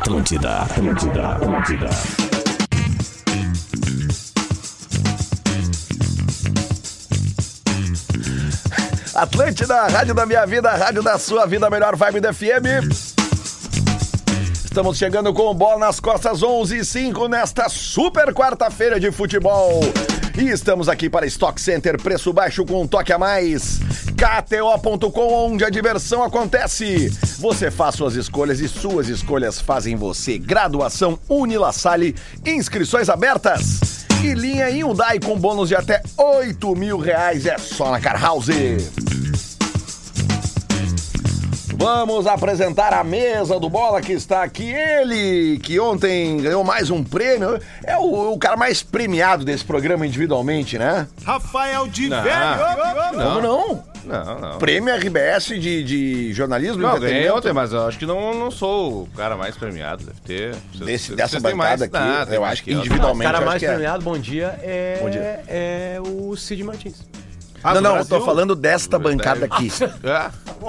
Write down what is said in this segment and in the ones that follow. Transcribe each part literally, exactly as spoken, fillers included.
Atlântida, Atlântida, Atlântida. Atlântida, rádio da minha vida, rádio da sua vida, melhor vibe da F M. Estamos chegando com o Bola nas Costas, onze e cinco, nesta super quarta-feira de futebol. E estamos aqui para Stock Center, preço baixo com um toque a mais. K T O ponto com, onde a diversão acontece. Você faz suas escolhas e suas escolhas fazem você. Graduação Unilassalle, inscrições abertas. E linha Hyundai com bônus de até oito mil reais é só na Car House. Vamos apresentar a mesa do Bola que está aqui. Ele, que ontem ganhou mais um prêmio. É o, o cara mais premiado desse programa individualmente, né? Rafael de não, Velho. Como não? Não, não. Prêmio R B S de, de jornalismo. Não, ganhei ontem, mas eu acho que não, não sou o cara mais premiado. Deve ter... Desse, vocês, dessa vocês bancada aqui, nada, eu acho que individualmente... O cara acho mais que é. premiado, bom dia, é, Bom dia. é o Cid Martins. Ah, não, não, Brasil? eu tô falando desta bancada aqui. É.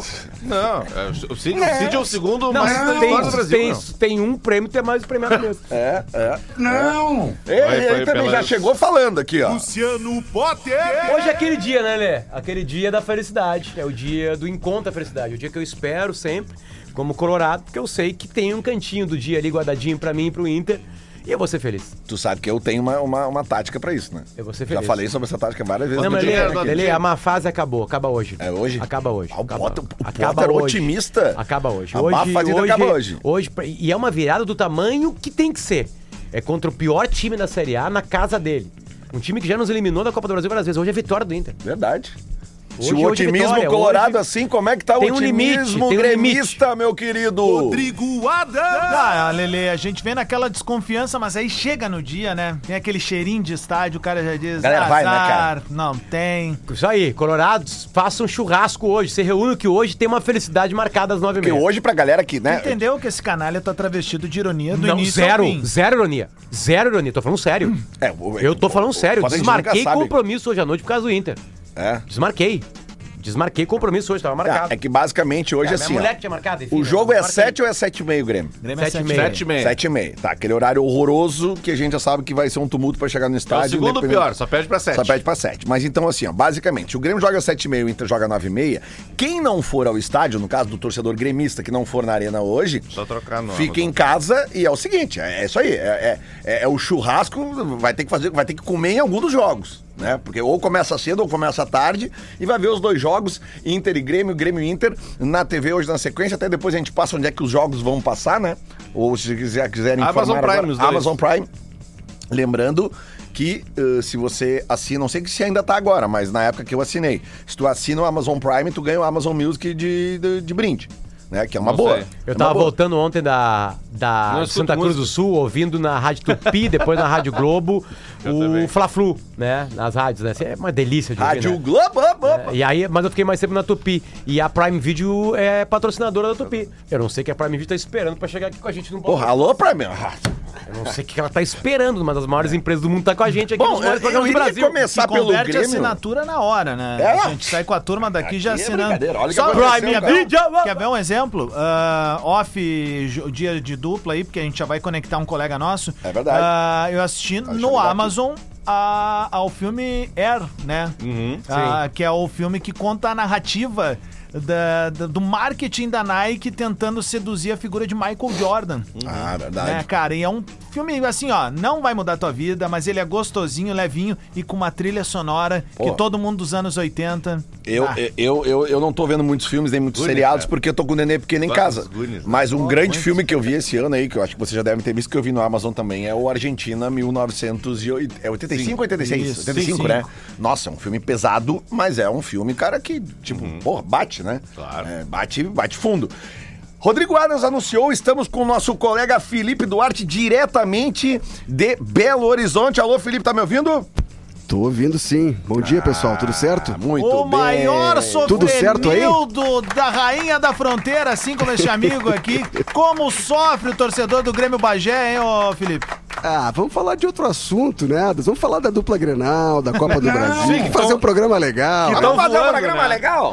Não, é, o Cid, o Cid é o segundo Não, mais da tem, história do Brasil. tem, não. tem um prêmio que é mais premiado mesmo. É, é. Não! Ele, Foi, ele foi também pela- já chegou falando aqui, ó. Luciano Potter. Hoje é aquele dia, né, Lê? Aquele dia da felicidade. É o dia do encontro da felicidade. O dia que eu espero sempre, como colorado, porque eu sei que tem um cantinho do dia ali guardadinho pra mim e pro Inter. E eu vou ser feliz. Tu sabe que eu tenho uma, uma, uma tática pra isso, né? Eu vou ser Já feliz. falei sobre essa tática várias vezes. Não, no mas dia, Lê, né, Lê, aqui. a má fase acabou. Acaba hoje. É hoje? Acaba hoje. Ah, o Acaba, Potter, o acaba Potter hoje. otimista. Acaba hoje. A Hoje, má fase hoje, acaba hoje. hoje. E é uma virada do tamanho que tem que ser. É contra o pior time da Série A na casa dele. Um time que já nos eliminou da Copa do Brasil várias vezes. Hoje é vitória do Inter. Verdade. Hoje- Se o hoje é otimismo vitória, colorado hoje assim, como é que tá o tem um limite, otimismo tem um gremista, meu querido? Rodrigo Adams. Ah, Lelê, a gente vem naquela desconfiança, mas aí chega no dia, né? Tem aquele cheirinho de estádio, o cara já diz... Galera, vai, né, azar, cara? Não tem. Isso aí, colorados, façam um churrasco hoje. Se reúne que hoje tem uma felicidade marcada às nove e Porque meia. hoje pra galera que, né? Entendeu que esse canalha tá travestido de ironia do Não, início zero, ao fim. zero ironia. Zero ironia, tô falando sério. É, o- Eu tô falando sério, Foda, a gente nunca desmarquei sabe. compromisso hoje à noite por causa do Inter. É. Desmarquei. Desmarquei compromisso hoje, tava marcado. Ah, é que basicamente hoje, É, assim, minha mulher ó, que tinha marcado, enfim, o né? jogo é Desmarquei. sete ou é sete e meio, Grêmio? Grêmio é Sete e sete meia. Sete e meia. Sete e meio. Tá, aquele horário horroroso que a gente já sabe que vai ser um tumulto pra chegar no É o estádio. segundo independente- pior, só perde pra sete. Só pede pra sete. Mas então, assim, ó, basicamente, o Grêmio joga sete e meio, o Inter joga nove e meia. Quem não for ao estádio, no caso do torcedor gremista que não for na arena hoje, Só trocar no fica em Amazon. casa e é o seguinte, é, é isso aí, é, é- é- é o churrasco, vai ter que fazer, vai ter que comer em algum dos jogos, né? Porque ou começa cedo ou começa tarde e vai ver os dois jogos, Inter e Grêmio, Grêmio e Inter, na T V hoje na sequência, até depois a gente passa onde é que os jogos vão passar, né? Ou se quiser, quiserem Amazon informar Prime, agora, os dois. Amazon Prime. Lembrando que uh, se você assina, não sei se ainda tá agora, mas na época que eu assinei, se tu assina o Amazon Prime, tu ganha o Amazon Music de, de, de brinde, né? Que é uma Não boa. sei. Eu É tava uma boa. voltando ontem da, da Não de escuto Santa Cruz música. do Sul, ouvindo na Rádio Tupi, depois na Rádio Globo, Eu o também. Fla-Flu, né? Nas rádios, né? É uma delícia de ouvir, Rádio né? Globo, opa, opa. E aí, mas eu fiquei mais tempo na Tupi. E a Prime Video é patrocinadora da Tupi. Eu não sei o que a Prime Video tá esperando pra chegar aqui com a gente no Porra, alô, Prime. Ah, Eu não sei o que ela tá esperando, uma das maiores empresas do mundo tá com a gente aqui Bom, nos maiores eu, programas eu do iria Brasil. começar Se pelo converte a Grêmio. assinatura na hora, né? É. A gente sai com a turma daqui já Aqui é assinando. brincadeira, olha o que Só aconteceu, Prime cara. Video! Quer ver um exemplo? Ah, off, jo- dia de dupla aí, porque a gente já vai conectar um colega nosso. É verdade. Ah, eu assisti Deixa eu no ligar aqui. Amazon a- ao filme Air, né? Uhum. Ah, que é o filme que conta a narrativa da- da- do marketing da Nike tentando seduzir a figura de Michael Jordan. Ah, verdade. Né, cara? E é um filme, assim, ó, não vai mudar a tua vida, mas ele é gostosinho, levinho e com uma trilha sonora Pô. que todo mundo dos anos oitenta... Eu, Ah, eu, eu, eu não tô vendo muitos filmes, nem muitos Goonies, seriados, cara. porque eu tô com o nenê pequeno em Gosto casa. dos Goonies, né? Mas um Oh, grande muito. filme que eu vi esse ano aí, que eu acho que vocês já devem ter visto, que eu vi no Amazon também, é o Argentina mil novecentos e oitenta. É oitenta e cinco ou oitenta e seis? Isso, oitenta e cinco, sim, né? sim. Nossa, é um filme pesado, mas é um filme, cara, que, tipo, porra, bate, né? Claro. É, bate, bate fundo. Rodrigo Adams anunciou, estamos com o nosso colega Felipe Duarte, diretamente de Belo Horizonte. Alô, Felipe, tá me ouvindo? Tô ouvindo sim. Bom dia, pessoal. Tudo certo? Ah, muito o bem. maior Tudo certo aí? sofrimento da rainha da fronteira, assim como este amigo aqui. Como sofre o torcedor do Grêmio Bagé, hein, ô Felipe? Ah, vamos falar de outro assunto, né? Adams? Vamos falar da dupla Grenal, da Copa do Brasil. Sim, Vamos então- fazer um programa legal. Vamos Tão fazer um voando, programa né? legal?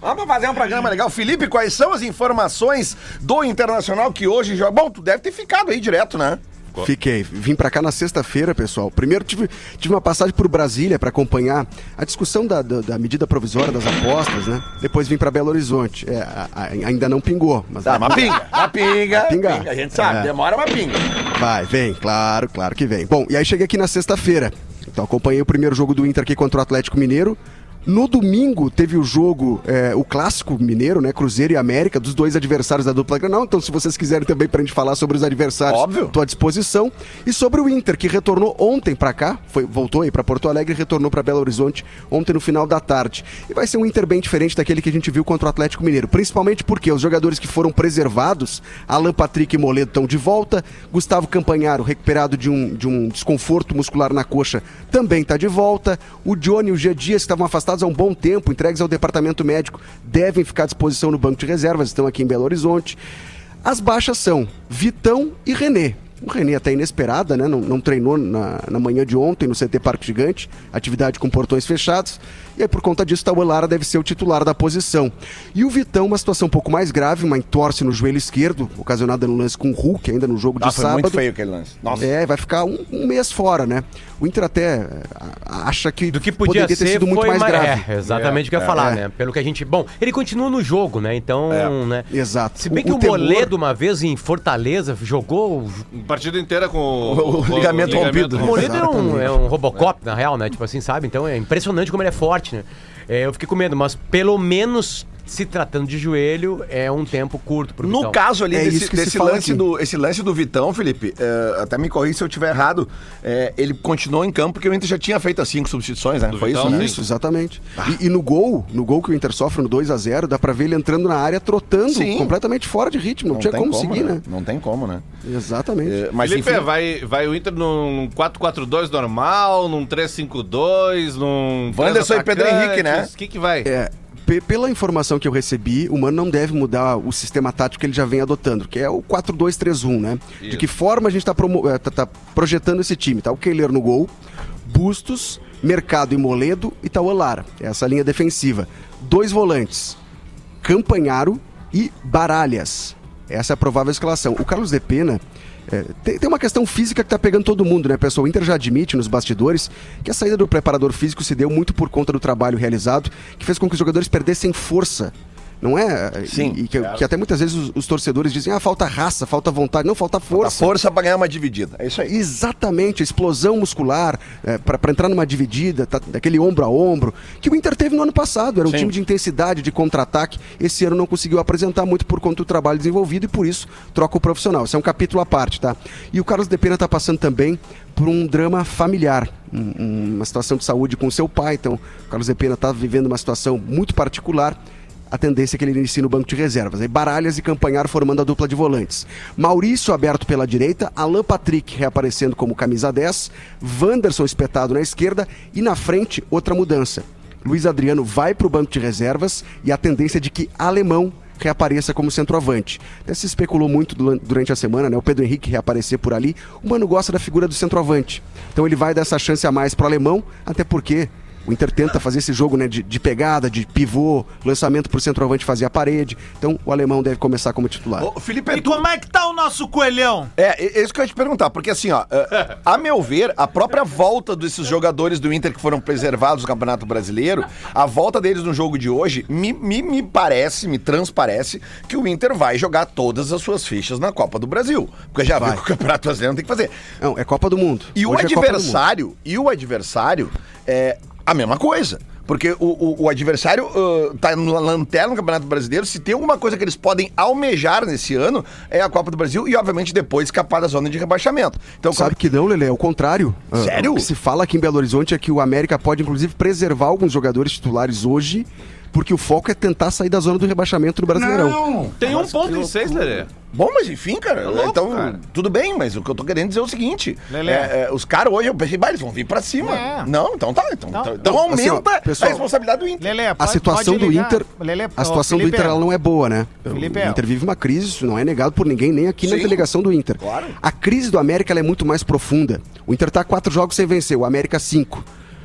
Vamos fazer um programa legal. Felipe, quais são as informações do Internacional que hoje joga? Bom, tu deve ter ficado aí direto, né? Fiquei. Vim pra cá na sexta-feira, pessoal. Primeiro tive, tive uma passagem por Brasília pra acompanhar a discussão da, da, da medida provisória das apostas, né? Depois vim pra Belo Horizonte. É, a, a, ainda não pingou, mas... Tá, mas pinga, mas pinga, Pinga. pinga, a gente sabe, É. demora, mas pinga. Vai, vem, claro, claro que vem. Bom, e aí cheguei aqui na sexta-feira. Então acompanhei o primeiro jogo do Inter aqui contra o Atlético Mineiro. No domingo teve o jogo, é, o clássico mineiro, né? Cruzeiro e América, dos dois adversários da dupla Grenal. Então, se vocês quiserem também pra gente falar sobre os adversários, Óbvio. tô à disposição. E sobre o Inter, que retornou ontem pra cá, foi, voltou aí pra Porto Alegre e retornou pra Belo Horizonte ontem no final da tarde. E vai ser um Inter bem diferente daquele que a gente viu contra o Atlético Mineiro. Principalmente porque os jogadores que foram preservados, Alan Patrick e Moledo, estão de volta. Gustavo Campanharo, recuperado de um, de um desconforto muscular na coxa, também tá de volta. O Johnny e o G. Dias, que estavam afastados há um bom tempo, entregues ao departamento médico, devem ficar à disposição no banco de reservas, estão aqui em Belo Horizonte. As baixas são Vitão e René. O René até inesperada, né? Não, não treinou na, na manhã de ontem no C T Parque Gigante, atividade com portões fechados. E aí, por conta disso, Tauan Lara deve ser o titular da posição. E o Vitão, uma situação um pouco mais grave, uma entorse no joelho esquerdo, ocasionada no lance com o Hulk, ainda no jogo de Ah, foi sábado. muito feio aquele lance. Nossa. É, vai ficar um, um mês fora, né? O Inter até é, acha que, Do que podia poderia ter ser sido muito foi mais ma- grave. É, exatamente o que eu ia falar, é. né? Pelo que a gente... Bom, ele continua no jogo, né? Então, É. né? Exato. Se bem O- que o o, temor- Moledo, uma vez em Fortaleza, jogou... Partida inteira com O- o ligamento rompido. O Moledo é um, Exatamente. é um Robocop, na real, né? Tipo assim, sabe? Então é impressionante como ele é forte, né? É, eu fiquei com medo, mas pelo menos se tratando de joelho, é um tempo curto pro No Vitão. caso ali É desse, isso que se desse fala lance aqui. do, esse lance do Vitão, Felipe, é, até me corri se eu estiver errado, é, ele continuou em campo porque o Inter já tinha feito as cinco substituições, né? Do Foi Vitão, isso, né? Isso, exatamente. E, e no gol, no gol que o Inter sofre no dois a zero, dá pra ver ele entrando na área, trotando, Sim. completamente fora de ritmo. Não, tinha tem como, seguir, né? Não tem como, né? Exatamente. É, mas Felipe, enfim, vai, vai o Inter num quatro quatro dois normal, num três cinco dois, num... três Wanderson e Pedro atacantes, Henrique, né? O que que vai? É, pe- pela informação que eu recebi, o Mano não deve mudar o sistema tático que ele já vem adotando, que é o quatro dois três um, né? De Isso. que forma a gente tá, promo- eh, tá- tá projetando esse time, tá? O Kehler no gol, Bustos, Mercado e Moledo e Tauan Lara. Essa linha defensiva. Dois volantes, Campanharo e Baralhas. Essa é a provável escalação. O Carlos de Pena... é, tem, tem uma questão física que tá pegando todo mundo, né, pessoal? O Inter já admite nos bastidores que a saída do preparador físico se deu muito por conta do trabalho realizado, que fez com que os jogadores perdessem força. Não é? Sim. E, e que, que até muitas vezes os, os torcedores dizem, ah, falta raça, falta vontade. Não, falta a força. força pra ganhar uma dividida. É isso aí. Exatamente, a explosão muscular é, para entrar numa dividida, tá, daquele ombro a ombro, que o Inter teve no ano passado. Era um Sim. time de intensidade, de contra-ataque. Esse ano não conseguiu apresentar muito por conta do trabalho desenvolvido e por isso troca o profissional. Isso é um capítulo à parte, tá? E o Carlos de Pena tá passando também por um drama familiar, um- um- uma situação de saúde com seu pai. Então, o Carlos de Pena tá vivendo uma situação muito particular. A tendência é que ele inicie no banco de reservas. Aí Baralhas e Campanharo formando a dupla de volantes. Maurício aberto pela direita, Alan Patrick reaparecendo como camisa dez, Wanderson espetado na esquerda e na frente outra mudança. Luiz Adriano vai para o banco de reservas e a tendência é de que Alemão reapareça como centroavante. Até se especulou muito du- durante a semana, né? O Pedro Henrique reaparecer por ali. O Mano gosta da figura do centroavante. Então ele vai dar essa chance a mais pro Alemão, até porque o Inter tenta fazer esse jogo, né, de, de pegada, de pivô, lançamento pro centroavante fazer a parede. Então o Alemão deve começar como titular. Ô, Felipe, E tu... como é que tá o nosso coelhão? É, é isso que eu ia te perguntar, porque assim, ó, é, a meu ver, a própria volta desses jogadores do Inter que foram preservados do Campeonato Brasileiro, a volta deles no jogo de hoje, me, me, me parece, me transparece que o Inter vai jogar todas as suas fichas na Copa do Brasil. Porque já Vai. viu que o Campeonato Brasileiro não tem que fazer. Não, é Copa do Mundo. E o Hoje é Copa do Mundo. adversário, e o adversário é a mesma coisa. Porque o, o, o adversário uh, tá na lanterna no Campeonato Brasileiro. Se tem alguma coisa que eles podem almejar nesse ano, é a Copa do Brasil e, obviamente, depois escapar da zona de rebaixamento. Então, Sabe que não, Lelê, é o contrário. Ah, Sério? O que se fala aqui em Belo Horizonte é que o América pode, inclusive, preservar alguns jogadores titulares hoje, porque o foco é tentar sair da zona do rebaixamento no Brasileirão. Não! Tem um ponto em seis, Lelê. Bom, mas enfim, cara, louco, então, cara. tudo bem, mas o que eu tô querendo dizer é o seguinte: Lelê. é, é, os caras hoje, eu pensei, bah, eles vão vir pra cima. É. Não, então tá. Então, Não. então, então Não, assim, ó, aumenta pessoal, a responsabilidade do Inter. Lelê, A pode- situação pode do ligar. Inter, Lelê, a ó, situação do Felipe, Inter ela não é boa, né? Felipe, o Inter vive uma crise, isso não é negado por ninguém, nem aqui na Sim. delegação do Inter. Claro. A crise do América ela é muito mais profunda. O Inter tá quatro jogos sem vencer, o América cinco.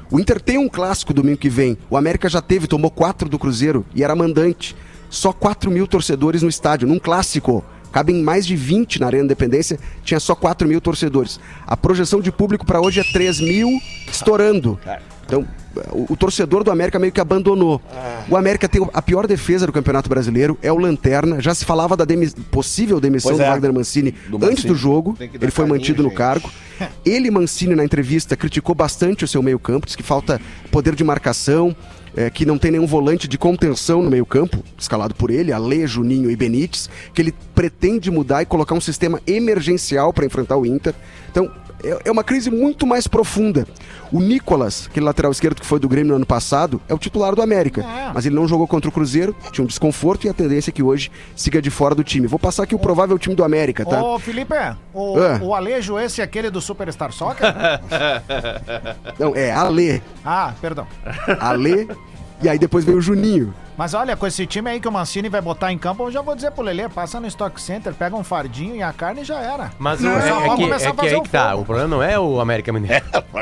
O Inter tem um clássico domingo que vem. O América já teve, tomou quatro do Cruzeiro e era mandante. Só quatro mil torcedores no estádio, num clássico. Cabem mais de vinte na Arena Independência, tinha só quatro mil torcedores. A projeção de público para hoje é três mil, estourando. Então, o, o torcedor do América meio que abandonou. O América tem a pior defesa do Campeonato Brasileiro, é o Lanterna. Já se falava da demi- possível demissão Pois do é. Wagner Mancini Do antes Mancini. do jogo. Tem que dar Ele foi carinho, mantido no gente. cargo. Ele, Mancini, na entrevista, criticou bastante o seu meio-campo, disse que falta poder de marcação, é, que não tem nenhum volante de contenção no meio-campo, escalado por ele, Alê, Juninho e Benítez, que ele pretende mudar e colocar um sistema emergencial para enfrentar o Inter. Então, é, é uma crise muito mais profunda. O Nicolas, aquele lateral esquerdo que foi do Grêmio no ano passado, é o titular do América, É. mas ele não jogou contra o Cruzeiro, tinha um desconforto e a tendência é que hoje siga de fora do time. Vou passar aqui o provável time do América, tá? Ô, Felipe, o, Ah. o Alejo esse é aquele do Superstar Soccer? Não, é Alê, Ah, perdão. Alê, e aí depois veio o Juninho. Mas olha, com esse time aí que o Mancini vai botar em campo, eu já vou dizer pro Lelê, passa no Stock Center, pega um fardinho e a carne e já era. Mas Não, o, só é, vamos que, começar é a que fazer aí o que tá. fogo. O problema não é o América Mineiro.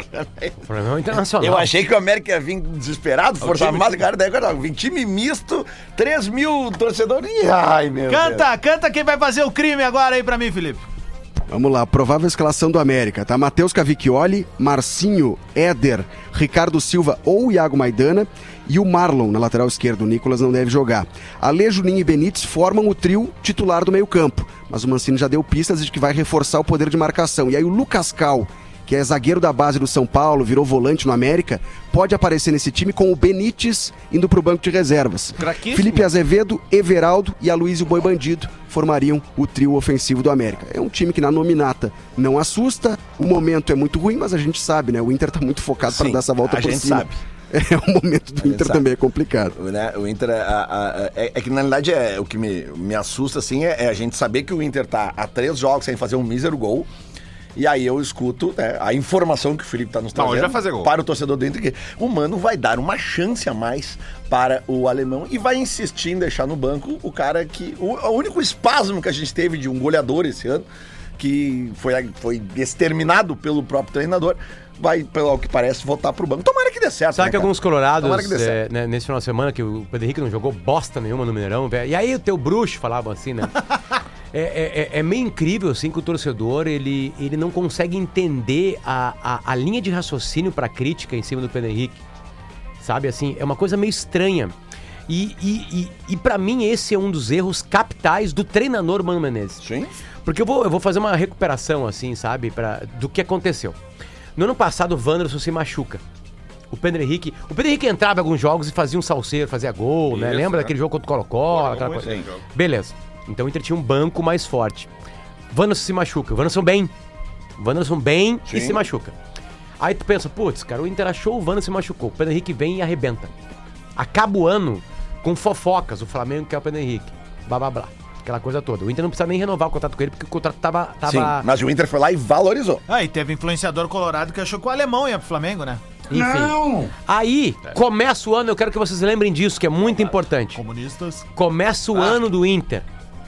O problema é o Internacional. Eu achei que o América ia vir desesperado, forçar time- mais, cara, daí agora vem time misto, três mil torcedores. Ih, ai, meu Deus. Canta, canta quem vai fazer o crime agora aí pra mim, Felipe. Vamos lá, provável escalação do América, tá? Matheus Cavicchioli, Marcinho, Éder, Ricardo Silva ou Iago Maidana e o Marlon na lateral esquerda. O Nicolas não deve jogar. Alê, Juninho e Benítez formam o trio titular do meio-campo, mas o Mancini já deu pistas de que vai reforçar o poder de marcação. E aí o Lucas Cal, que é zagueiro da base do São Paulo, virou volante no América, pode aparecer nesse time com o Benítez indo pro banco de reservas. Craquíssimo. Felipe Azevedo, Everaldo e Aloysio Boi Bandido formariam o trio ofensivo do América. É um time que na nominata não assusta, o momento é muito ruim, mas a gente sabe, né? O Inter tá muito focado para Sim, dar essa volta a por gente cima. sabe. É, o momento do gente Inter sabe. também é complicado. O, né, o Inter, a- a- a- é, é que na realidade é, o que me, me assusta assim é, é a gente saber que o Inter tá há três jogos sem fazer um mísero gol. E aí eu escuto, né, a informação que o Felipe tá nos Não, trazendo hoje vai fazer gol. para o torcedor do Inter, que o Mano vai dar uma chance a mais para o alemão e vai insistir em deixar no banco o cara que... O, o único espasmo que a gente teve de um goleador esse ano, que foi, foi exterminado pelo próprio treinador, vai, pelo que parece, voltar pro banco. Tomara que dê certo, Sabe né, que cara? alguns colorados, Tomara que dê é, certo. né, nesse final de semana, que o Pedro Henrique não jogou bosta nenhuma no Mineirão, velho. E aí o teu bruxo falavam assim, né? é, é, é- é meio incrível, assim, que o torcedor, ele, ele não consegue entender a, a, a linha de raciocínio pra crítica em cima do Pedro Henrique. Sabe, assim, é uma coisa meio estranha. E, e, e, e pra mim esse é um dos erros capitais do treinador Mano Menezes. Sim. Porque eu vou, eu vou fazer uma recuperação, assim, sabe, pra, do que aconteceu. No ano passado, o Wanderson se machuca. O Pedro Henrique... O Pedro Henrique entrava em alguns jogos e fazia um salseiro, fazia gol, né? Isso, Lembra né? daquele jogo contra o Colo-Colo? Pô, Aquela muito coisa. bem, jogo. Beleza. Então o Inter tinha um banco mais forte. Wanderson se machuca. O Wanderson bem. O Wanderson bem e Sim. se machuca. Aí tu pensa, putz, cara, o Inter achou, o Wanderson se machucou. O Pedro Henrique vem e arrebenta. Acaba o ano com fofocas. O Flamengo quer o Pedro Henrique. Blá, blá, blá. Aquela coisa toda. O Inter não precisa nem renovar o contrato com ele, porque o contrato tava... tava... Sim, mas o Inter foi lá e valorizou. Ah, e teve influenciador colorado que achou que o alemão ia pro Flamengo, né? Enfim. Aí, começa o ano, eu quero que vocês lembrem disso, que é muito importante. Comunistas. Começa o ano do Inter.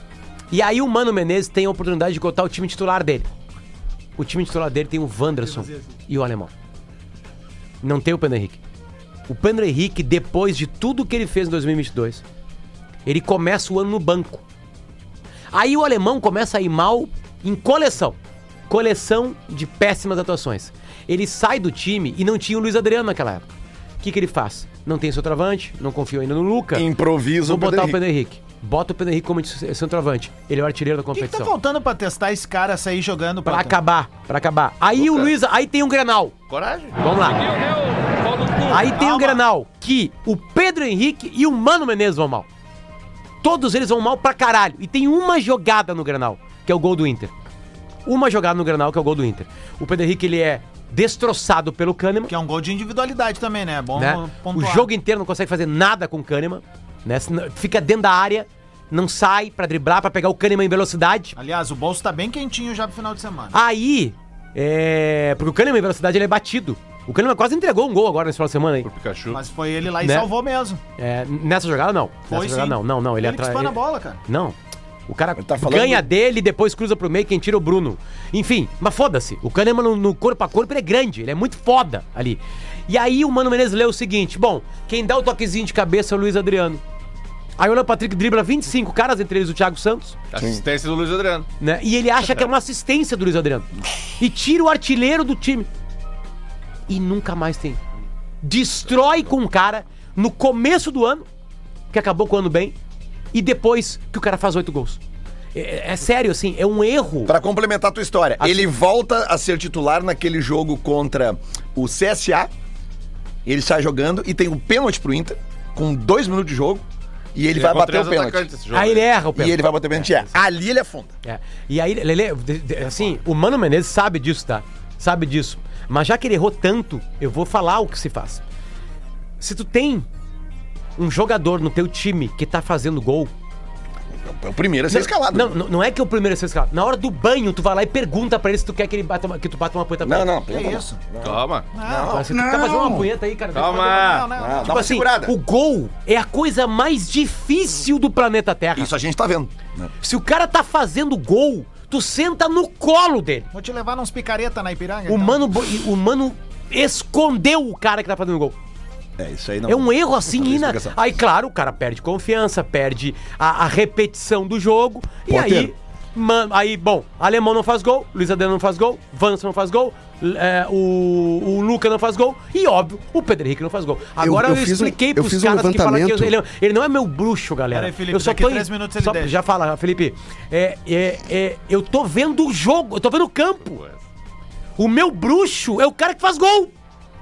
E aí o Mano Menezes tem a oportunidade de botar o time titular dele. O time titular dele tem o Wanderson e o alemão. Não tem o Pedro Henrique. O Pedro Henrique, depois de tudo que ele fez em dois mil e vinte e dois, ele começa o ano no banco. Aí o alemão começa a ir mal em coleção. Coleção de péssimas atuações. Ele sai do time e não tinha o Luiz Adriano naquela época. O que, que ele faz? Não tem centroavante, não confio ainda no Luca. Improvisa Vou o Pedro botar o Henrique. Pedro Henrique. Bota o Pedro Henrique como centroavante. Ele é o artilheiro da O que, que tá competição. faltando pra testar esse cara sair jogando Pra pra acabar, pra acabar. Aí o Luiz, aí tem um Grenal. Coragem. Vamos lá. Aí tem um Calma. Grenal que o Pedro Henrique e o Mano Menezes vão mal. Todos eles vão mal pra caralho. E tem uma jogada no Grenal, que é o gol do Inter. Uma jogada no Grenal, que é o gol do Inter. O Pedro Henrique, ele é destroçado pelo Kahneman. Que é um gol de individualidade também, né? É bom Né? O pontuar. jogo inteiro não consegue fazer nada com o Kahneman. Né? Fica dentro da área, não sai pra driblar, pra pegar o Kahneman em velocidade. Aliás, o bolso tá bem quentinho já pro final de semana. Aí, é... porque o Kahneman em velocidade ele é batido. O Kahneman quase entregou um gol agora nesse final de semana aí. Pro Pikachu. Mas foi ele lá e Né? salvou mesmo. É, nessa jogada não. Foi nessa sim. jogada não, não, não. Ele, Ele que atra- espana ele- a bola, cara. Não. O cara Ele tá falando ganha do- dele e depois cruza pro meio, quem tira é o Bruno. Enfim, mas foda-se. O Kahneman no, no corpo a corpo ele é grande, ele é muito foda ali. E aí o Mano Menezes lê o seguinte: bom, quem dá o toquezinho de cabeça é o Luiz Adriano. Aí o Alan Patrick dribla vinte e cinco caras, entre eles o Thiago Santos, Assistência do Luiz Adriano. né? E ele acha que é uma assistência do Luiz Adriano. E tira o artilheiro do time. E nunca mais tem. Destrói com o cara no começo do ano, que acabou com o ano bem, e depois que o cara faz oito gols. É, é sério, assim, é um erro. Pra complementar a tua história, Assim- ele volta a ser titular naquele jogo contra o C S A. Ele sai jogando e tem um pênalti pro Inter, com dois minutos de jogo, e ele, vai com bater três o pênalti. atacantes esse jogo. Aí ele erra o E pênalti. ele vai bater o pênalti. É. Ali ele afunda. É. E aí, Lelê, de- de- assim, o Mano Menezes sabe disso, tá? Sabe disso. Mas já que ele errou tanto, eu vou falar o que se faz. Se tu tem um jogador no teu time que tá fazendo gol... É o primeiro a ser escalado. Não, não, não é que é o primeiro a ser escalado. Na hora do banho, tu vai lá e pergunta pra ele se tu quer que ele bata uma, que tu bata uma punheta pra Não, ele. não. Que pelo amor. isso? Toma. Não, se tu tá fazendo uma punheta aí, cara... Calma. Não, não, Ah, não. dá Tipo uma assim, segurada. o gol é a coisa mais difícil do planeta Terra. Isso a gente tá vendo. né? Se o cara tá fazendo gol, tu senta no colo dele. Vou te levar uns picareta na Ipiranga. O então. mano, bo- o mano escondeu o cara que tá fazendo gol. É, isso aí não. É um erro assim, não tem ina... explicação. Aí, claro, o cara perde confiança, perde a, a repetição do jogo. E Potter. aí, man... aí, bom, Alemão não faz gol, Luiz Adriano não faz gol, Vanson não faz gol, é, o, o Luca não faz gol e, óbvio, o Pedro Henrique não faz gol. Agora eu, eu fiz um- expliquei eu pros fiz um caras que falam que levantamento. ele, ele não é meu bruxo, galera. Peraí, Felipe, eu só daqui tô a três minutos ele só- deixa. Já fala, Felipe. É, é, é, eu tô vendo o jogo, eu tô vendo o campo. O meu bruxo é o cara que faz gol.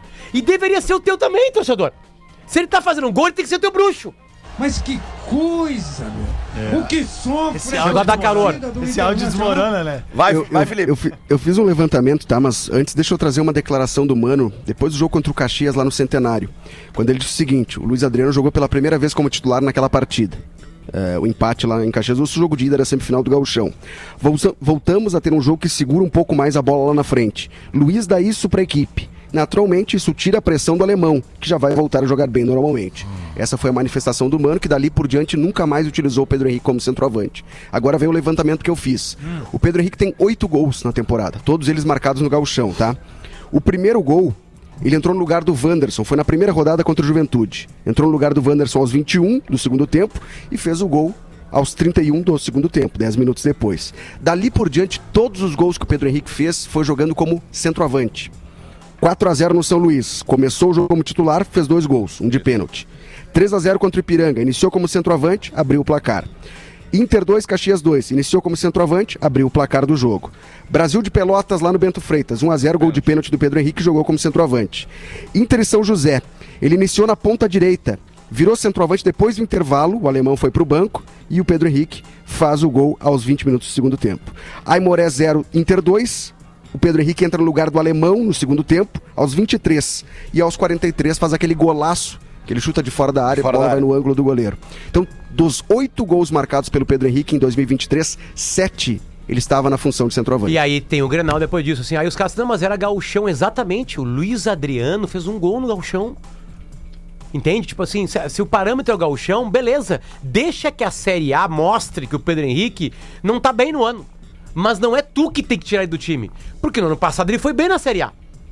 E deveria ser o teu também, torcedor. Se ele tá fazendo um gol, ele tem que ser teu bruxo. Mas que coisa, meu. O que sofre Esse a áudio, a dar calor. torcida do esse áudio Internacional. desmorona, né? Vai, eu, vai, eu- Felipe. Eu, fi- eu fiz um levantamento, tá? Mas antes, deixa eu trazer uma declaração do Mano, depois do jogo contra o Caxias lá no Centenário. Quando ele disse o seguinte: o Luiz Adriano jogou pela primeira vez como titular naquela partida. É, o empate lá em Caxias, o jogo de ida era a semifinal do Gauchão. Volta- Voltamos a ter um jogo que segura um pouco mais a bola lá na frente. Luiz dá isso pra equipe. Naturalmente, isso tira a pressão do alemão, que já vai voltar a jogar bem normalmente. Essa foi a manifestação do Mano, que dali por diante nunca mais utilizou o Pedro Henrique como centroavante. Agora vem o levantamento que eu fiz. O Pedro Henrique tem oito gols na temporada, todos eles marcados no Gauchão, tá? O primeiro gol, ele entrou no lugar do Wanderson, foi na primeira rodada contra o Juventude. Entrou no lugar do Wanderson aos vinte e um do segundo tempo e fez o gol aos trinta e um do segundo tempo, dez minutos depois. Dali por diante, todos os gols que o Pedro Henrique fez foi jogando como centroavante. quatro a zero no São Luís. Começou o jogo como titular, fez dois gols, um de pênalti. três a zero contra o Ipiranga. Iniciou como centroavante, abriu o placar. Inter dois, Caxias dois. Iniciou como centroavante, abriu o placar do jogo. Brasil de Pelotas lá no Bento Freitas. um a zero, gol de pênalti do Pedro Henrique, jogou como centroavante. Inter e São José. Ele iniciou na ponta direita. Virou centroavante depois do intervalo, o alemão foi para o banco e o Pedro Henrique faz o gol aos vinte minutos do segundo tempo. Aimoré zero, Inter dois. O Pedro Henrique entra no lugar do alemão no segundo tempo, aos vinte e três. E aos quarenta e três faz aquele golaço, que ele chuta de fora da área e a Fora bola da vai área. no ângulo do goleiro. Então, dos oito gols marcados pelo Pedro Henrique em dois mil e vinte e três, sete ele estava na função de centroavante. E aí tem o Grenal depois disso, assim. Aí os caras, não, mas era gauchão, exatamente. O Luiz Adriano fez um gol no gauchão. Entende? Tipo assim, se, se o parâmetro é o gauchão, beleza. Deixa que a Série A mostre que o Pedro Henrique não tá bem no ano. Mas não é tu que tem que tirar ele do time. Porque no ano passado ele foi bem na Série A.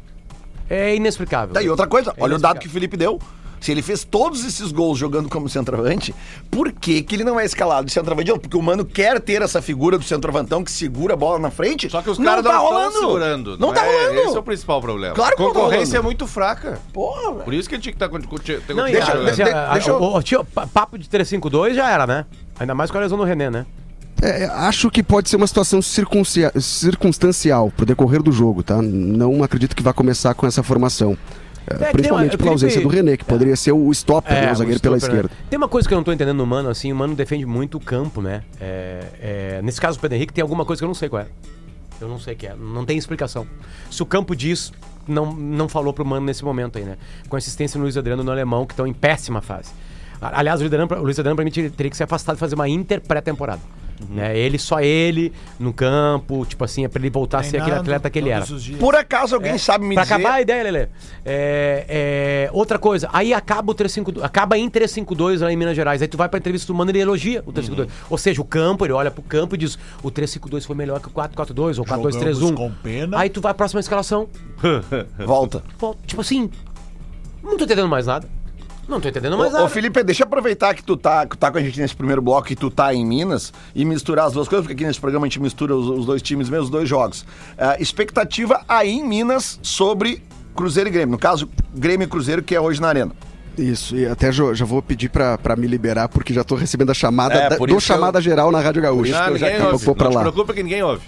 É inexplicável. Daí outra coisa, É olha o dado que inexplicável. o Felipe deu. Se ele fez todos esses gols jogando como centroavante, por que que ele não é escalado de centroavante? Porque o Mano quer ter essa figura do centroavantão que segura a bola na frente. Só que os caras não, tá estão rolando. segurando. Não, tá é- rolando. Esse é o principal problema. Claro que a não tá concorrência é rolando. muito fraca. Porra, velho. Por isso que ele tinha que estar com Não, e Deixa- a- de- assim, de- a- a- deixa eu- o- o- tio, pa- papo de três cinco dois já era, né? Ainda mais com a lesão do René, né? É, acho que pode ser uma situação circuncia- circunstancial pro decorrer do jogo, tá? Não acredito que vá começar com essa formação. É, É, que principalmente tem uma- pela ausência Felipe- do René, que poderia ser o stopper, né, o o zagueiro pela stopper, né? esquerda. Tem uma coisa que eu não tô entendendo no Mano, assim, o Mano defende muito o campo, né? É, é, nesse caso, o Pedro Henrique tem alguma coisa que eu não sei qual é. Eu não sei o que é, não tem explicação. Se o campo diz, não, não falou pro Mano nesse momento aí, né? Com assistência no Luiz Adriano e no Alemão, que estão em péssima fase. A- Aliás, o Luiz Adriano, o Luiz Adriano pra mim teria teria que ser afastado e fazer uma Inter pré-temporada. Né? Ele, só ele, no campo, tipo assim, é pra ele voltar a ser aquele atleta que ele era. Por acaso alguém sabe me Pra dizer... acabar a ideia, Lelê. É, é, outra coisa, aí acaba o três cinco dois, acaba em três cinco dois lá em Minas Gerais. Aí tu vai pra entrevista do Mano e ele elogia o três cinco dois. Uhum. Ou seja, o campo, ele olha pro campo e diz: o três cinco dois foi melhor que o quatro quatro dois ou quatro dois três um. com pena. Aí tu vai pra próxima escalação. Volta. Pô, tipo assim, não tô entendendo mais nada. Não tô entendendo mais Ô, nada. ô, Felipe, deixa eu aproveitar que tu tá, que tá com a gente nesse primeiro bloco e tu tá em Minas e misturar as duas coisas, porque aqui nesse programa a gente mistura os, os dois times mesmo, os dois jogos. Uh, expectativa aí em Minas sobre Cruzeiro e Grêmio. No caso, Grêmio e Cruzeiro, que é hoje na Arena. Isso, e até já, já vou pedir pra, pra me liberar, porque já tô recebendo a chamada, É, da, por do isso chamada geral na Rádio Gaúcha. Ah, Eu já ninguém daqui a pouco ouve. vou pra Não te lá. preocupa que ninguém ouve.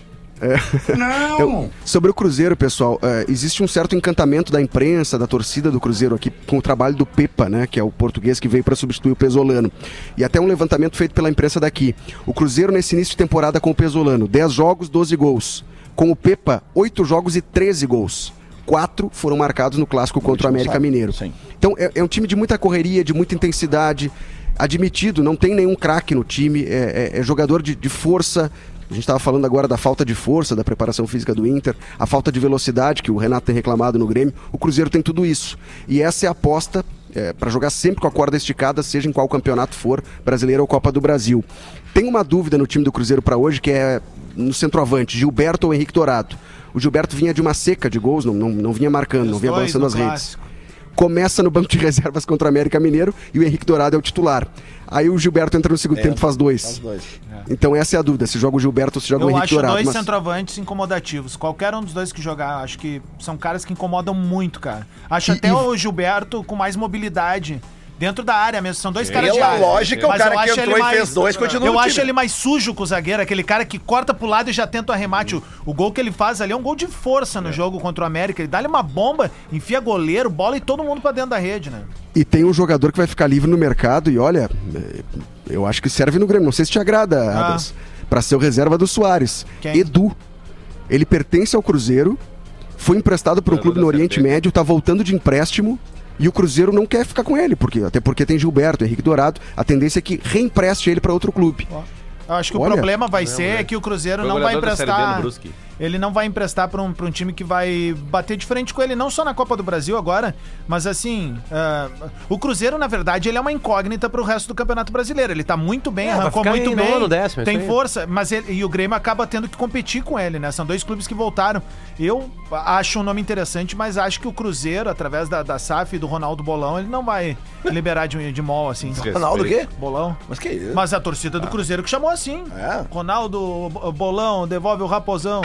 Não! Eu- sobre o Cruzeiro, pessoal, é, existe um certo encantamento da imprensa, da torcida do Cruzeiro aqui com o trabalho do Pepa, né, que é o português que veio para substituir o Pesolano. E até um levantamento feito pela imprensa daqui. O Cruzeiro nesse início de temporada com o Pesolano, dez jogos, doze gols. Com o Pepa, oito jogos e treze gols. Quatro foram marcados no clássico contra o América Mineiro. Sim. Então é, é um time de muita correria, de muita intensidade. Admitido, não tem nenhum craque no time, é, é- é jogador de, de força. A gente estava falando agora da falta de força, da preparação física do Inter, a falta de velocidade que o Renato tem reclamado no Grêmio. O Cruzeiro tem tudo isso. E essa é a aposta é, para jogar sempre com a corda esticada, seja em qual campeonato for, brasileiro ou Copa do Brasil. Tem uma dúvida no time do Cruzeiro para hoje, que é no centroavante, Gilberto ou Henrique Dourado. O Gilberto vinha de uma seca de gols, não, não, não vinha marcando, não Os vinha dois balançando no as redes. clássico. Começa no banco de reservas contra o América Mineiro e o Henrique Dourado é o titular. Aí o Gilberto entra no segundo tempo e faz dois. Faz dois. Então essa é a dúvida, se joga o Gilberto ou se joga o Eu Henrique acho Dourado. dois mas- centroavantes incomodativos. Qualquer um dos dois que jogar, acho que são caras que incomodam muito, cara. Acho E- até e- o Gilberto com mais mobilidade. Dentro da área mesmo, são dois caras de Pela área. lógica, o Mas cara eu que acho entrou ele e fez dois continua Eu no acho time. ele mais sujo com o zagueiro, aquele cara que corta pro lado e já tenta o arremate. O, o gol que ele faz ali é um gol de força no jogo contra o América. Ele dá-lhe uma bomba, enfia goleiro, bola e todo mundo pra dentro da rede, né? E tem um jogador que vai ficar livre no mercado e olha, eh, eu acho que serve no Grêmio. Não sei se te agrada, Ah. Adas, pra ser o reserva do Soares. Quem? Edu. Ele pertence ao Cruzeiro, foi emprestado para um Jogador clube da no Oriente Série B. Médio, tá voltando de empréstimo e o Cruzeiro não quer ficar com ele, porque até porque tem Gilberto, Henrique Dourado. A tendência é que reempreste ele para outro clube. Eu acho que Olha. o problema vai ser que o Cruzeiro Foi não vai goleador da Série B no emprestar. Brusque. Ele não vai emprestar pra um, pra um time que vai bater de frente com ele, não só na Copa do Brasil agora, mas assim, ah, o Cruzeiro, na verdade, ele é uma incógnita pro resto do Campeonato Brasileiro. Ele tá muito bem, É, vai arrancou ficar muito em bem, nono, décimo, tem isso aí. força, mas ele, e o Grêmio acaba tendo que competir com ele, né? São dois clubes que voltaram. Eu acho um nome interessante, mas acho que o Cruzeiro, através da, da S A F e do Ronaldo Bolão, ele não vai liberar de, de mol, assim. Ronaldo o quê? Bolão. Mas que isso? Mas a torcida do Cruzeiro que chamou assim. É? Ronaldo Bolão, devolve o Raposão.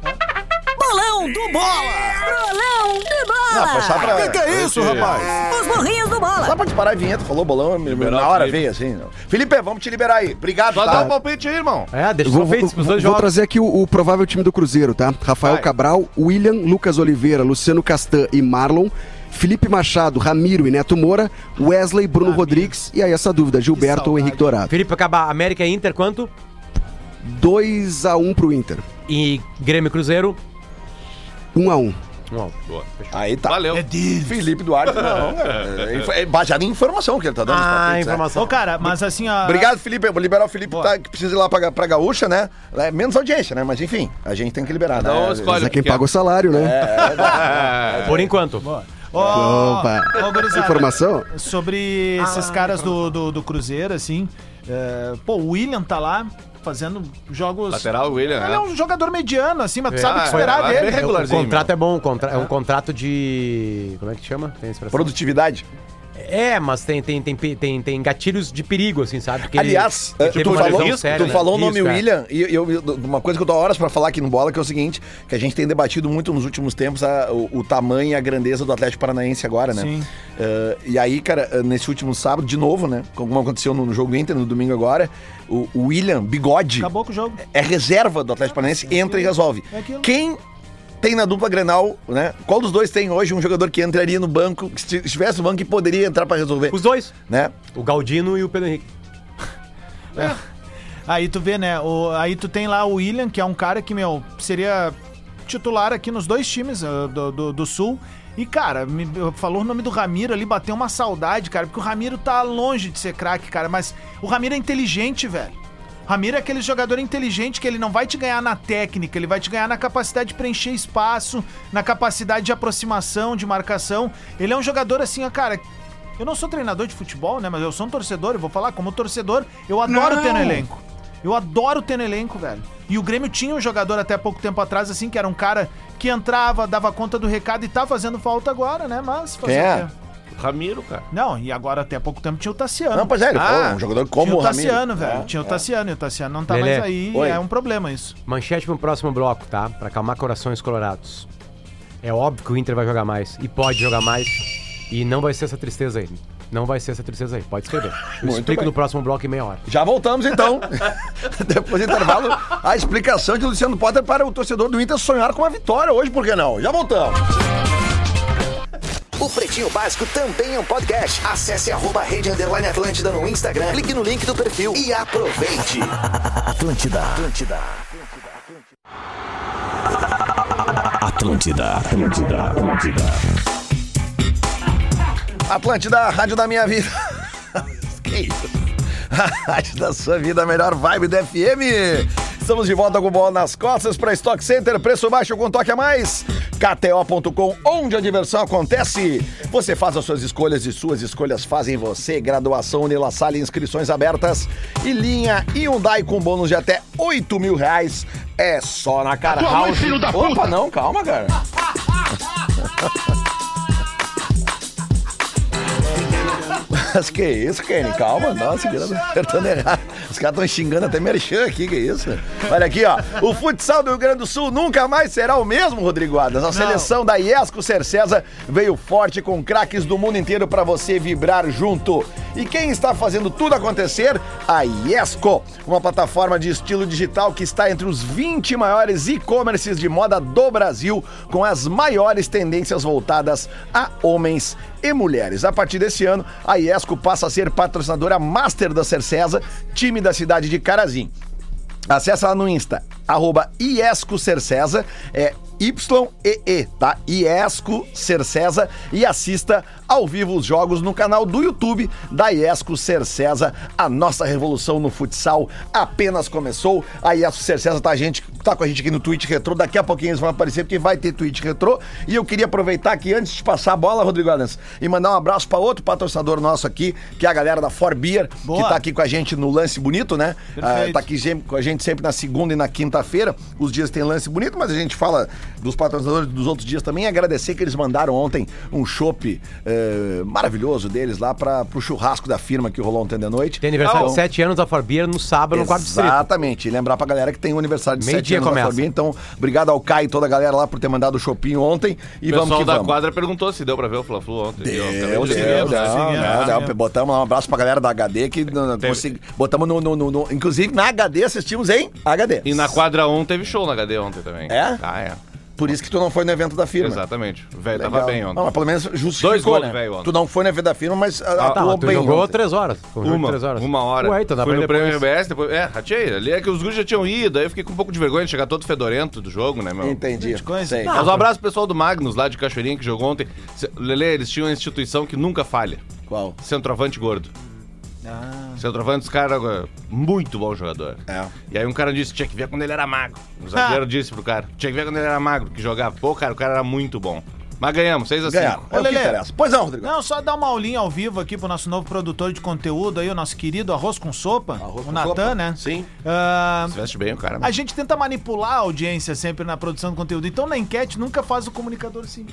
Bolão do Bola! Bolão do Bola! Não, foi só pra... Que é isso, rapaz? Os burrinhos do Bola! Só pra disparar a vinheta, falou bolão, Liberar na o hora Felipe. veio assim. não. Felipe, vamos te liberar aí. Obrigado, Só tá? dá um palpite aí, irmão. É, deixa Vou, só vou, feitos pros vou dois jogos. trazer aqui o, o provável time do Cruzeiro, tá? Rafael Vai. Cabral, William, Lucas Oliveira, Luciano Castan e Marlon, Felipe Machado, Ramiro e Neto Moura, Wesley, Bruno Rodrigues e aí essa dúvida, Gilberto ou Henrique Dourado. Felipe, acabar América e Inter, quanto? dois a um pro Inter. E Grêmio e Cruzeiro? um a um. Não. Boa, fechou. Aí tá. Valeu. É deles. Felipe Duarte, não. É, é, é baseado em informação que ele tá dando. os Ah, palpites, né? informação. Ô, cara, mas assim, ó. Obrigado, Felipe. Eu vou liberar o Felipe, Boa. tá, que precisa ir lá pra, pra Gaúcha, né? É menos audiência, né? Mas enfim, a gente tem que liberar, Não, né? escolhe. Mas é o quem que paga o salário, né? Por enquanto. Ô, Opa. ô, gurizada, Informação? sobre esses caras do, do, do Cruzeiro, assim. é, pô, o William tá lá fazendo jogos. Lateral, William, Ele né? é um jogador mediano, assim, mas tu É, sabe o que ah, esperar é, é dele. bem O regularzinho, contrato meu. é bom, contra- é um contrato de. Como é que chama? Tem expressão? Produtividade. É, mas tem, tem, tem, tem, tem gatilhos de perigo, assim, sabe? Porque ele- Aliás, ele eh, teve tu uma falou, lesão séria, tu né? falou o nome Isso, é. William, e eu, eu- uma coisa que eu dou horas pra falar aqui no Bola, que é o seguinte, que a gente tem debatido muito nos últimos tempos a- o, o tamanho e a grandeza do Atlético Paranaense agora, né? Sim. Eh, e aí, cara, eh, nesse último sábado, de novo, né? Como aconteceu no, no jogo do Inter, no domingo agora, o, o William, bigode, Acabou com o jogo. é reserva do Atlético Paranaense, entra e resolve. É aquilo. Quem tem na dupla Grenal, né? Qual dos dois tem hoje um jogador que entraria no banco, que se estivesse no banco e poderia entrar pra resolver, Os dois. né? O Galdino e o Pedro Henrique. Aí tu vê, né? O, aí tu tem lá o William, que é um cara que, meu, seria titular aqui nos dois times uh, do, do, do Sul. E, cara, me, falou o nome do Ramiro ali, bateu uma saudade, cara, porque o Ramiro tá longe de ser craque, cara, mas o Ramiro é inteligente, velho. Ramiro é aquele jogador inteligente que ele não vai te ganhar na técnica, ele vai te ganhar na capacidade de preencher espaço, na capacidade de aproximação, de marcação. Ele é um jogador assim, ó, cara... Eu não sou treinador de futebol, né? Mas eu sou um torcedor, eu vou falar como torcedor, eu adoro Não. ter no elenco. Eu adoro ter no elenco, velho. E o Grêmio tinha um jogador até pouco tempo atrás, assim, que era um cara que entrava, dava conta do recado e tá fazendo falta agora, né? Mas... fazer Quem o é? quê? Ramiro, cara. Não, e agora até pouco tempo tinha o Tassiano. Não, pois é, ele Ah, foi um jogador como tinha o o Ramiro. Tassiano, velho. É, tinha o é. Tassiano, e o Tassiano não tá Lelê. mais aí, Oi. é um problema isso. Manchete pro próximo bloco, tá? Pra acalmar corações colorados. É óbvio que o Inter vai jogar mais. E pode jogar mais. E não vai ser essa tristeza aí. Não vai ser essa tristeza aí. Pode escrever. Eu Muito explico bem. no próximo bloco em meia hora. Já voltamos, então. Depois do intervalo, a explicação de Luciano Potter para o torcedor do Inter sonhar com a vitória hoje, por que não? Já voltamos. O Pretinho Básico também é um podcast. Acesse arroba Rede Underline Atlântida no Instagram, clique no link do perfil e aproveite. Atlântida. Atlântida. Atlântida, Atlântida, Atlântida. Atlântida, a rádio da minha vida. Que isso? A rádio da sua vida, a melhor vibe do F M. Estamos de volta com bola nas costas para Stock Center, preço baixo com toque a mais. K T O ponto com, onde a diversão acontece. Você faz as suas escolhas e suas escolhas fazem você. Graduação Unila Salle, inscrições abertas. E linha Hyundai com bônus de até oito mil reais. É só na Car House. Opa, não, calma, cara. Mas que isso, Kenny? Calma, nossa, que apertando errado. Os caras estão xingando até merchan aqui, que isso? Olha aqui, ó. O futsal do Rio Grande do Sul nunca mais será o mesmo, Rodrigo Adams. A seleção da Iesco Cercesa veio forte com craques do mundo inteiro pra você vibrar junto. E quem está fazendo tudo acontecer? A Iesco, uma plataforma de estilo digital que está entre os vinte maiores e-commerces de moda do Brasil, com as maiores tendências voltadas a homens e mulheres. A partir desse ano, a Iesco passa a ser patrocinadora master da Cercesa, time da cidade de Carazinho. Acesse lá no Insta, arroba Iesco Cercesa, é Y E E, tá? Iesco Cercesa, e assista ao vivo os jogos no canal do YouTube da Iesco Cercesa. A nossa revolução no futsal apenas começou. A Iesco Cercesa tá, a gente, tá com a gente aqui no Twitch Retrô. Daqui a pouquinho eles vão aparecer, porque vai ter Twitch Retrô. E eu queria aproveitar aqui, antes de passar a bola, Rodrigo Adams, e mandar um abraço para outro patrocinador nosso aqui, que é a galera da For Beer, Boa. que tá aqui com a gente no Lance Bonito, né? Perfeito. Ah, tá aqui sempre, com a gente sempre na segunda e na quinta-feira. Os dias tem Lance Bonito, mas a gente fala dos patrocinadores dos outros dias também. Agradecer que eles mandaram ontem um chopp eh, maravilhoso deles lá para pro churrasco da firma que rolou ontem de noite. Tem aniversário Então, de sete anos da Forbeer no sábado no quarto distrito. Exatamente. E lembrar pra galera que tem o aniversário de Meio sete dia anos da começa. Forbia. Então, obrigado ao Caio e toda a galera lá por ter mandado o chopinho ontem. E O vamos pessoal que da vamos. quadra perguntou se deu pra ver o Fla-Flu ontem. Deu, Eu deu, acabei de deu, ver, deu, né? seguimos, deu, né? Botamos lá um abraço pra galera da H D que n- n- consegui- botamos no, no, no, no- inclusive na H D assistimos em H D. E na quadra um teve show na H D ontem também. É? Ah, é. Por isso que tu não foi no evento da firma. Exatamente. O velho Legal. tava bem ontem. Não, mas pelo menos justificou, Dois gols né? do velho ontem. Tu não foi no evento da firma, mas Ah, atuou tá, mas tu bem jogou ontem. três horas. Foi um jogo de Uma, três horas. uma hora. Ué, então dá Fui pra ir no prêmio depois. R B S, depois... É, ratei. Ali é que os gurus já tinham ido, aí eu fiquei com um pouco de vergonha de chegar todo fedorento do jogo, né, meu? Entendi. coisa. Sei. Mas um abraço pro pessoal do Magnus, lá de Cachoeirinha, que jogou ontem. Se- Lelê, eles tinham uma instituição que nunca falha. Qual? Centroavante gordo. Ah. Centroavante, os caras, muito bom jogador. É. E aí um cara disse, tinha que ver quando ele era magro. O zagueiro disse pro cara, tinha que ver quando ele era magro, que jogava. Pô, cara, o cara era muito bom. Mas ganhamos, seis a Ganharam. cinco. É o que Lelê. interessa. Pois não, Rodrigo. Não, só dar uma aulinha ao vivo aqui pro nosso novo produtor de conteúdo aí, o nosso querido Arroz com Sopa, Arroz o com Natan, sopa. né? Sim. Ah, Se veste bem o cara, né? a gente tenta manipular a audiência sempre na produção de conteúdo. Então na enquete nunca faz o comunicador assim.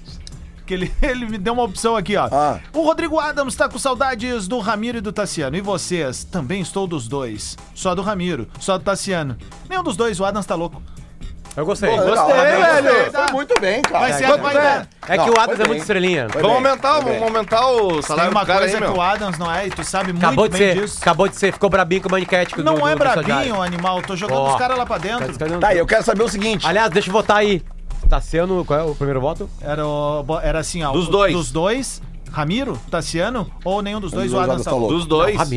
Que ele, ele me deu uma opção aqui, ó. Ah. O Rodrigo Adams tá com saudades do Ramiro e do Tassiano. E vocês? Também estou dos dois. Só do Ramiro, só do Tassiano. Nenhum dos dois, o Adams tá louco. Eu gostei. Pô, Gostei, legal, velho. gostei, Foi muito bem, cara. Vai ser, Muito vai bem. dar. É Não, que o foi Adams é bem. muito estrelinha. Foi Vamos bem, aumentar, foi bem. vamos aumentar o Tem salário uma do cara coisa aí, que meu. o Adams não é, e tu sabe muito Acabou de bem ser, disso. acabou de ser, ficou brabinho com o maniquete. Não do, é do brabinho, animal. Tô jogando Ó. os caras lá pra dentro. Tá, eu quero saber o seguinte. Aliás, deixa eu votar aí. Tassiano, qual é o primeiro voto? Era, o- era assim, ó. Dos o- dois. Dos dois. Ramiro, Tassiano ou nenhum dos dois, Os o dois Adams Adams tá tá louco. Dos dois. Ramiro.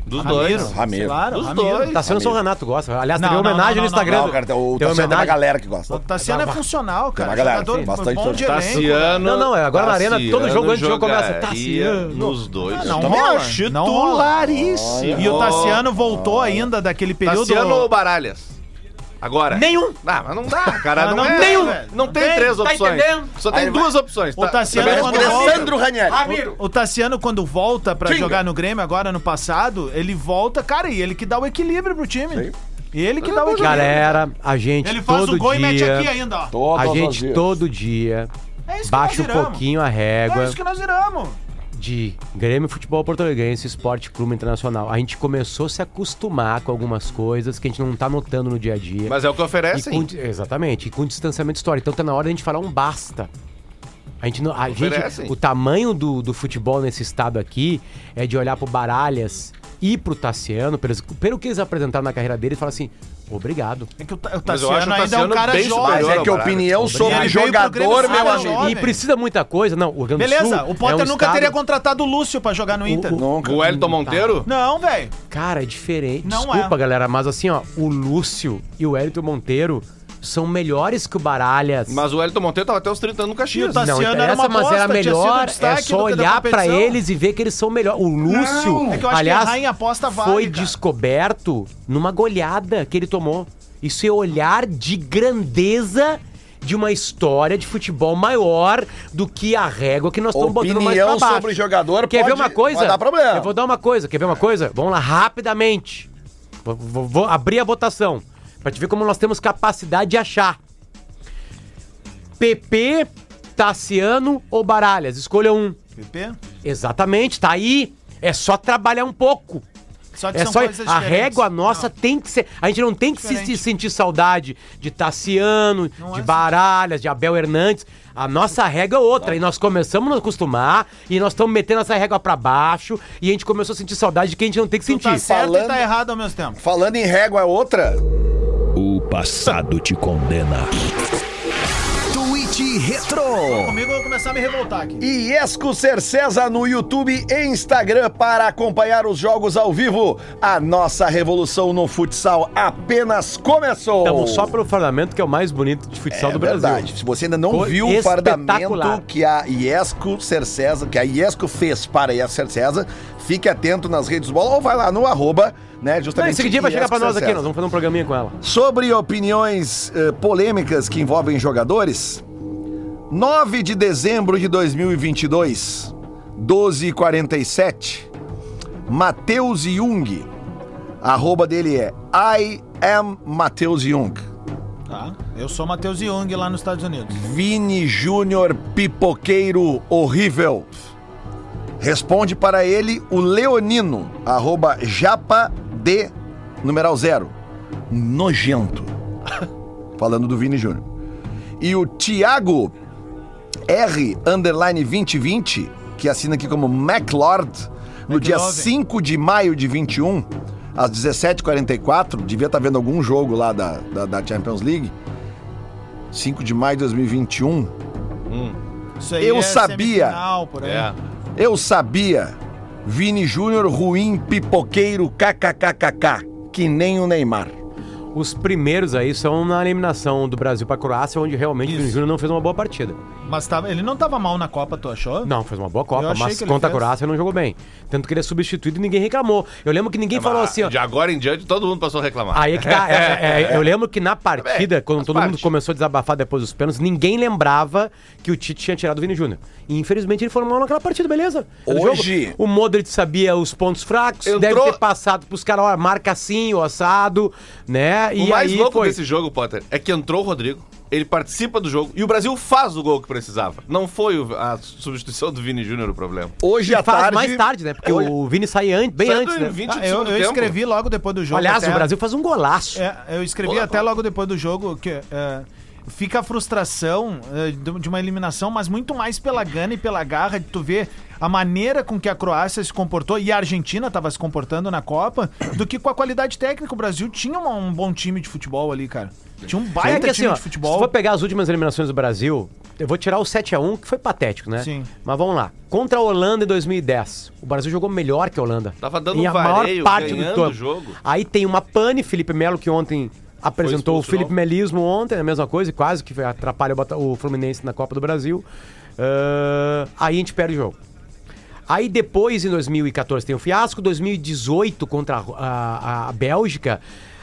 Dos Ramiro, dois. Ramiro. Claro, Dos Ramiro. dois. Tassiano São Renato gosta. Aliás, Não, teve não, homenagem não, no não, Instagram. Não, cara, o Tem Tassiano tem uma homenagem. galera que gosta. O Tassiano é funcional, cara. uma galera, Jogador sim, bastante bom de elenco. Tassiano. Não, não, é agora na arena, todo jogo antes do jogo começa, jogaria Tassiano. Nos dois. Ah, não Também rola, acho. não rola. Titularíssimo. E o Tassiano voltou ainda daquele período... Tassiano ou Baralhas? Agora. Nenhum. Ah, mas não dá, cara. Ah, não, não é. tem, Não, velho. não Não tem, tem. três Tá opções. entendendo? Só tem Aí duas opções. O Tassiano Também quando responde- volta- Alessandro Ranieri. Ramiro. O Tassiano, quando volta pra Tinga. jogar no Grêmio, agora no passado, ele volta, cara, e ele que dá o equilíbrio pro time. E ele que dá o equilíbrio. Galera, a gente Ele faz todo o gol dia... e mete aqui ainda, ó. Todas A as gente vezes. todo dia É isso que baixa nós um viramos. pouquinho a régua É isso que nós viramos. de Grêmio Futebol Portuguesense Esporte Clube Internacional. A gente começou a se acostumar com algumas coisas que a gente não tá notando no dia a dia. Mas é o que E oferecem. com- exatamente, e com distanciamento histórico. Então tá na hora da gente falar um basta. A gente, não- a Oferecem. gente, o tamanho do, do futebol nesse estado aqui é de olhar pro Baralhas e pro Tassiano, pelo, pelo que eles apresentaram na carreira deles, e falar assim, obrigado. É que o, Ta- o Mas eu acho Tassiano o ainda é um Tassiano cara bem jovem. Mas superior é que a ao Baralhas. opinião sobre Ele veio pro jogador, Grêmio meu cara amigo. jovem. E precisa muita coisa, não. O Rio Grande do Beleza, Sul o Potter é um nunca estado- teria contratado o Lúcio pra jogar no Inter. o- Nunca. O Wellington Monteiro? Não, velho. Cara, é diferente. Não Desculpa, é. galera, mas assim, ó, o Lúcio e o Wellington Monteiro são melhores que o Baralhas. Mas o Wellington Monteiro tava até os trinta anos no Caxias. E o Tassiano Não era interessa, uma mas bosta, era tinha sido melhor, é destaque só do- da olhar pra competição. eles e ver que eles são melhores. O Lúcio, É que eu acho aliás, que errar em aposta vale, foi cara. descoberto numa goleada que ele tomou. Isso é olhar de grandeza de uma história de futebol maior do que a régua que nós estamos botando mais pra Opinião baixo. sobre jogador Quer pode, ver uma coisa? pode dar problema. Eu vou dar uma coisa. Quer ver uma coisa? Vamos lá, rapidamente. Vou, vou- vou abrir a votação pra te ver como nós temos capacidade de achar. P P, Tassiano ou Baralhas? Escolha um. P P? Exatamente, tá aí. É só trabalhar um pouco. Só que É são só coisas a diferentes. régua nossa tem que ser. A gente não tem que se, Diferente. se sentir saudade de Tassiano, Não de é Baralhas, de Abel Hernandes. A nossa régua é outra. E nós começamos a nos acostumar e nós estamos metendo essa régua pra baixo e a gente começou a sentir saudade de quem a gente não tem que Tu sentir. tá certo Falando- e tá errado ao mesmo tempo. Falando em régua, é outra. O passado te condena. Tweet Retro. Comigo eu vou começar a me revoltar aqui. Iesco Cercesa no YouTube e Instagram para acompanhar os jogos ao vivo. A nossa revolução no futsal apenas começou. Estamos só pelo fardamento, que é o mais bonito de futsal É do Brasil. verdade. Se você ainda não Foi viu o espetacular. fardamento que a Iesco Cercesa, que a Iesco fez para a Iesco Cercesa, fique atento nas redes do bola ou vai lá no arroba, né, Não, justamente. esse dia vai chegar Iesco pra nós aqui, Cercesa. nós vamos fazer um programinha com ela. Sobre opiniões eh, polêmicas que envolvem jogadores, nove de dezembro de dois mil e vinte e dois, doze e quarenta e sete, Matheus Jung, arroba dele é I am Matheus Jung. Tá. Eu sou Matheus Jung lá nos Estados Unidos. Vini Júnior pipoqueiro horrível. Responde para ele o Leonino, arroba japa de numeral zero. Nojento. Falando do Vini Júnior. E o Thiago R, underline vinte vinte, que assina aqui como MacLord, no dia McLovin. cinco de maio de vinte e um, às dezessete e quarenta e quatro, devia estar vendo algum jogo lá da, da, da Champions League. cinco de maio de dois mil e vinte e um. Isso aí Eu é sabia. semifinal, por aí. É. Eu sabia. Vini Júnior ruim, pipoqueiro, kkkk, que nem o Neymar. Os primeiros aí são na eliminação do Brasil pra Croácia, onde realmente o Vini Júnior não fez uma boa partida. Mas tava, ele não tava mal na Copa, tu achou? Não, fez uma boa Eu Copa, achei mas que ele contra a fez. Croácia não jogou bem. Tanto que ele é substituído e ninguém reclamou. Eu lembro que ninguém falou Mas assim, ó. De agora em diante, todo mundo passou a reclamar. Aí é que tá. é, é, eu lembro que na partida, quando faz todo mundo parte. começou a desabafar depois dos pênaltis, ninguém lembrava que o Tite tinha tirado o Vini Júnior. E infelizmente ele foi mal naquela partida, beleza? No Hoje- jogo, o Modric sabia os pontos fracos, Entrou- deve ter passado pros caras, ó, marca assim, o assado, né? O E mais aí louco foi. desse jogo, Potter, é que entrou o Rodrigo, ele participa do jogo e o Brasil faz o gol que precisava. Não foi o- a substituição do Vini Júnior o problema. Hoje E à faz tarde... mais tarde, né? Porque Hoje- o Vini sai antes, bem Saiu antes, em né? vinte Ah, do eu, segundo eu tempo. escrevi logo depois do jogo. Aliás, até- o Brasil faz um golaço. É, eu escrevi Boa, até boa. logo depois do jogo que é, fica a frustração é, de de uma eliminação, mas muito mais pela gana e pela garra de tu ver a maneira com que a Croácia se comportou e a Argentina estava se comportando na Copa, do que com a qualidade técnica. O Brasil tinha uma- um bom time de futebol ali, cara. Tinha um É baita que assim, time ó, de se futebol. for pegar as últimas eliminações do Brasil, eu vou tirar o sete a um, que foi patético, né? Sim. Mas vamos lá. Contra a Holanda em dois mil e dez, o Brasil jogou melhor que a Holanda. Tava dando em a vareio, maior parte do ganhando todo. o jogo. Aí tem uma pane, Felipe Melo, que ontem apresentou o expulso, Felipe não? Melismo ontem, a mesma coisa, e quase que atrapalha o, Bota- o Fluminense na Copa do Brasil. Ah, aí a gente perde o jogo. Aí depois, em dois mil e quatorze, tem o fiasco. dois mil e dezoito, contra a, a- a Bélgica,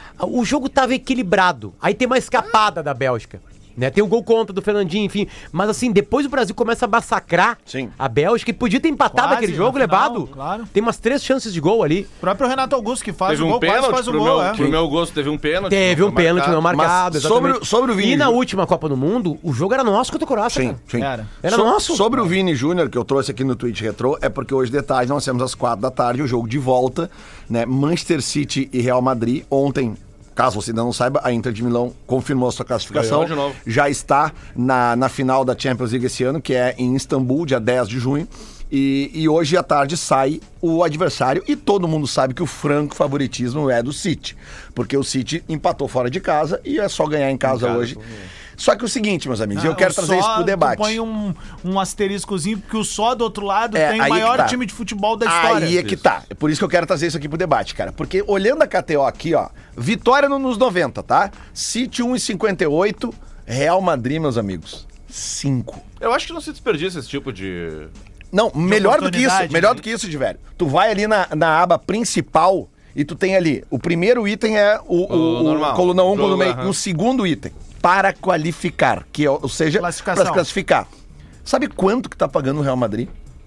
o jogo tava equilibrado. Aí tem uma escapada da Bélgica. Né? Tem o gol contra do Fernandinho, enfim. Mas assim, depois o Brasil começa a massacrar Sim. a Bélgica, e podia ter empatado Quase, aquele jogo, no final, levado. claro. Tem umas três chances de gol ali. O próprio Renato Augusto que faz Teve o um gol, quase pênalti faz o pro, gol, meu, é. pro meu gosto, teve um pênalti. Teve não um foi pênalti não marcado. marcado, Mas sobre exatamente. o- sobre o Vini E na Júnior- última Copa do Mundo, o jogo era nosso contra a Croácia, Sim, cara. sim. Era. Era So- nosso. Sobre o Vini Júnior, que eu trouxe aqui no Twitch Retrô, é porque hoje de tarde nós temos às quatro da tarde o jogo de volta, né? Manchester City e Real Madrid. Ontem, caso você ainda não saiba, a Inter de Milão confirmou a sua classificação. Ganhou de novo. Já está na, na final da Champions League esse ano, que é em Istambul, dia dez de junho. E, e hoje à tarde sai o adversário, e todo mundo sabe que o franco favoritismo é do City, porque o City empatou fora de casa e é só ganhar em casa, casa, hoje. Só que o seguinte, meus amigos, e eu Ah, quero o trazer só, isso pro debate. Tu põe um, um asteriscozinho, porque o só do outro lado É, tem o aí que maior tá. time de futebol da história. Aí é que tá. É por isso que eu quero trazer isso aqui pro debate, cara. Porque olhando a K T O aqui, ó, vitória no- nos noventa, tá? City um e cinquenta e oito, Real Madrid, meus amigos, cinco. Eu acho que não se desperdiça esse tipo de... Não, melhor do que isso, oportunidade, melhor né? do que isso, de velho. Tu vai ali na, na aba principal e tu tem ali, o primeiro item é o, o, O o normal. coluna um, Jogo, coluna meio, aham. o segundo item, para qualificar, que é, ou seja, Classificação. para se classificar. Sabe quanto que tá pagando o Real Madrid?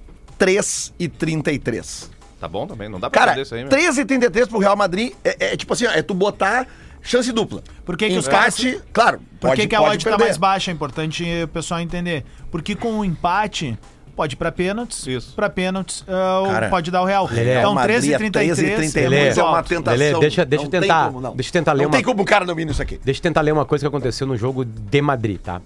três e trinta e três. Tá bom também, não dá pra Cara, perder isso aí, meu. três e trinta e três pro Real Madrid é, é tipo assim, ó, é tu botar chance dupla. Por que que os Empate, claro, Por pode, que, que a pode odd tá perder. mais baixa? É importante o pessoal entender. Porque com o empate, pode ir pra pênaltis. Isso. Pra pênaltis, ah, o- Cara, pode dar o Real. Lelê, Então, Madrid treze e é trinta e três treze e trinta e Lelê, três é uma alto. tentação. Lelê, deixa- deixa Não eu tem tentar- como, não. deixa eu tentar ler Não uma- tem como o cara não vir nisso aqui. Deixa eu tentar ler uma coisa que aconteceu no jogo de Madrid, tá?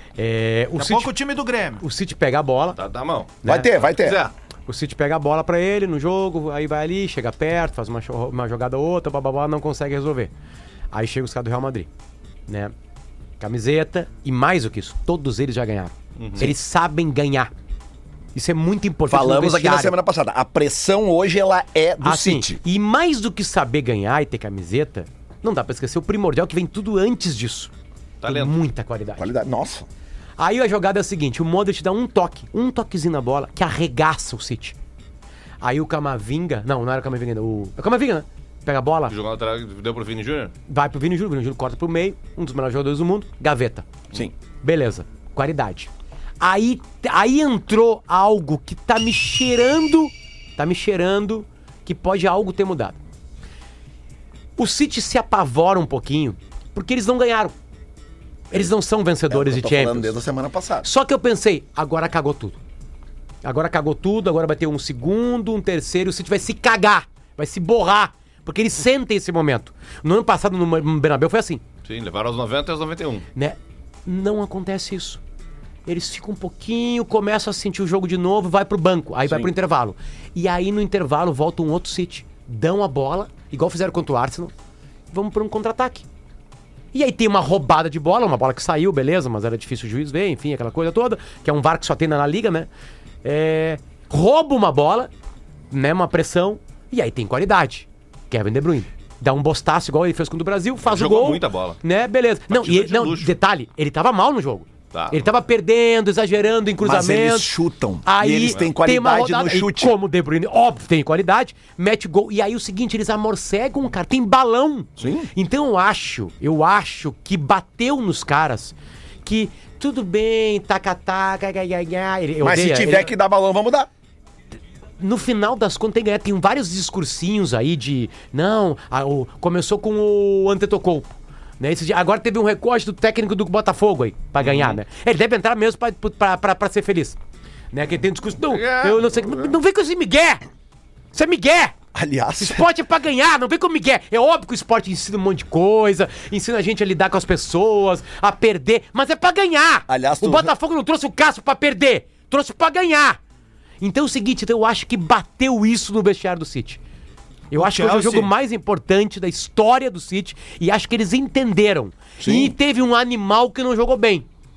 É, o, Daqui a City, pouco o time do Grêmio. o City pega a bola, Tá, tá mão. Vai né? ter, vai ter. Zé, O City pega a bola pra ele no jogo, aí vai ali, chega perto, faz uma, cho- uma jogada ou outra, bababá, não consegue resolver. Aí chega os caras do Real Madrid, né? Camiseta, e mais do que isso, todos eles já ganharam. Eles sabem ganhar. Isso é muito importante. no Falamos aqui na vestiário. semana passada. A pressão hoje, ela é do Ah, sim. City. E mais do que saber ganhar e ter camiseta, não dá pra esquecer o primordial que vem tudo antes disso. Talento. Tem muita qualidade. Qualidade. Nossa. Aí a jogada é a seguinte, o Modric dá um toque, um toquezinho na bola, que arregaça o City. Aí o Camavinga, não, não era o Camavinga ainda, o... É o Camavinga, né? Pega a bola, que jogou lateral, deu pro Vini Júnior? vai pro Vini Júnior, Vini Júnior corta pro meio, um dos melhores jogadores do mundo, gaveta. Sim. Beleza, qualidade. Aí, aí entrou algo que tá me cheirando, tá me cheirando que pode algo ter mudado. O City se apavora um pouquinho, porque eles não ganharam. Eles não são vencedores É o que de eu tô falando Champions. desde a semana passada. Só que eu pensei, agora cagou tudo. Agora cagou tudo, agora vai ter um segundo, um terceiro, o City vai se cagar, vai se borrar, porque eles sentem esse momento. No ano passado, no Bernabéu, foi assim, Sim, levaram aos noventa e aos noventa e um. né? Não acontece isso. Eles ficam um pouquinho, começam a sentir o jogo de novo, vai pro banco, aí vai pro intervalo. E aí no intervalo volta um outro City, dão a bola, igual fizeram contra o Arsenal, vamos pra um contra-ataque. E aí tem uma roubada de bola, uma bola que saiu, beleza, mas era difícil o juiz ver, enfim, aquela coisa toda, que é um V A R que só tem na Liga, né? É, rouba uma bola, né, uma pressão, e aí tem qualidade. Kevin De Bruyne. Dá um bostaço igual ele fez contra o Brasil, faz Jogou o gol. muita bola. Né, beleza. Não, Partida e, de não, luxo. detalhe, ele tava mal no jogo. Tá. Ele tava perdendo, exagerando em Mas cruzamento. eles chutam. Aí e eles têm tem qualidade uma rodada, no chute. E como o De Bruyne, óbvio, tem qualidade, mete gol. E aí o seguinte, eles amorcegam, cara, tem balão. Sim. Então eu acho, eu acho que bateu nos caras que tudo bem, taca-taca, gaiaiá. ele- eu Mas se odeio, tiver ele- que dar balão, vamos dar. no final das contas tem que ganhar. Tem vários discursinhos aí de... Não, a- o- começou com o Antetokounmpo. Né? Esse dia- agora teve um recorte do técnico do Botafogo aí, pra ganhar, né? Ele deve entrar mesmo pra, pra, pra, pra ser feliz. Né? Que tem um discurso... Não, eu não sei... Não vem com esse migué! Isso é migué! Aliás, Esporte é pra ganhar, não vem com migué. É óbvio que o esporte ensina um monte de coisa, ensina a gente a lidar com as pessoas, a perder, mas é pra ganhar. Aliás, o tu- Botafogo não trouxe o Cássio pra perder, trouxe pra ganhar. Então é o seguinte, então eu acho que bateu isso no vestiário do City. Eu O acho que hoje é o Chelsea- jogo mais importante da história do City e acho que eles entenderam. Sim. E teve um animal que não jogou bem.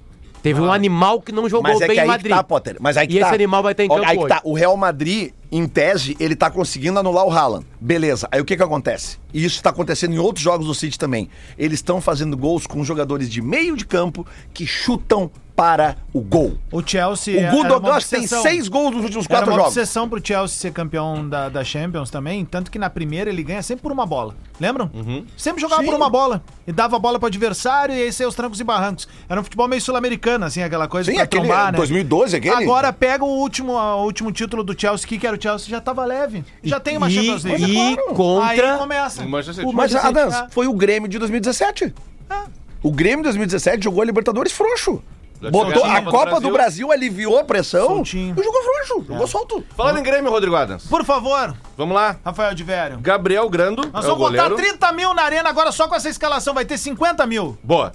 Teve um animal que não jogou Mas é bem que em aí que Madrid. tá, Potter. Mas aí que E tá. esse animal vai estar em Ó, campo aí que hoje. tá. O Real Madrid, em tese, ele tá conseguindo anular o Haaland. Beleza. Aí o que que acontece? E isso tá acontecendo em outros jogos do City também. Eles estão fazendo gols com jogadores de meio de campo que chutam para o gol. O Chelsea. O era uma Gundogan tem obsessão. seis gols nos últimos Era quatro uma jogos. obsessão pro Chelsea ser campeão da, da Champions também, tanto que na primeira ele ganha sempre por uma bola. Lembram? Sempre jogava Sim. por uma bola. E dava a bola pro adversário e aí saiu os trancos e barrancos. Era um futebol meio sul-americano, assim, aquela coisa Sim, pra aquele trombar, né? dois mil e doze, aquele. Agora pega o último, o último título do Chelsea, que era o Chelsea, já tava leve. Já tem uma E- Champions League. e Claro. contra- Aí começa. O Manchester O City. Mas, Manchester City, Adams, ah. foi o Grêmio de dois mil e dezessete. Ah. O Grêmio de dois mil e dezessete jogou a Libertadores frouxo. Já Botou tinha a Copa do Copa do Brasil. Brasil, aliviou a pressão Soltinho. e jogou frouxo, jogou solto. Falando em Grêmio, Rodrigo Adams. Por favor, Vamos lá. Rafael de Vério. Gabriel Grando Nós é o vamos botar goleiro. trinta mil na arena agora só com essa escalação. Vai ter cinquenta mil. Boa.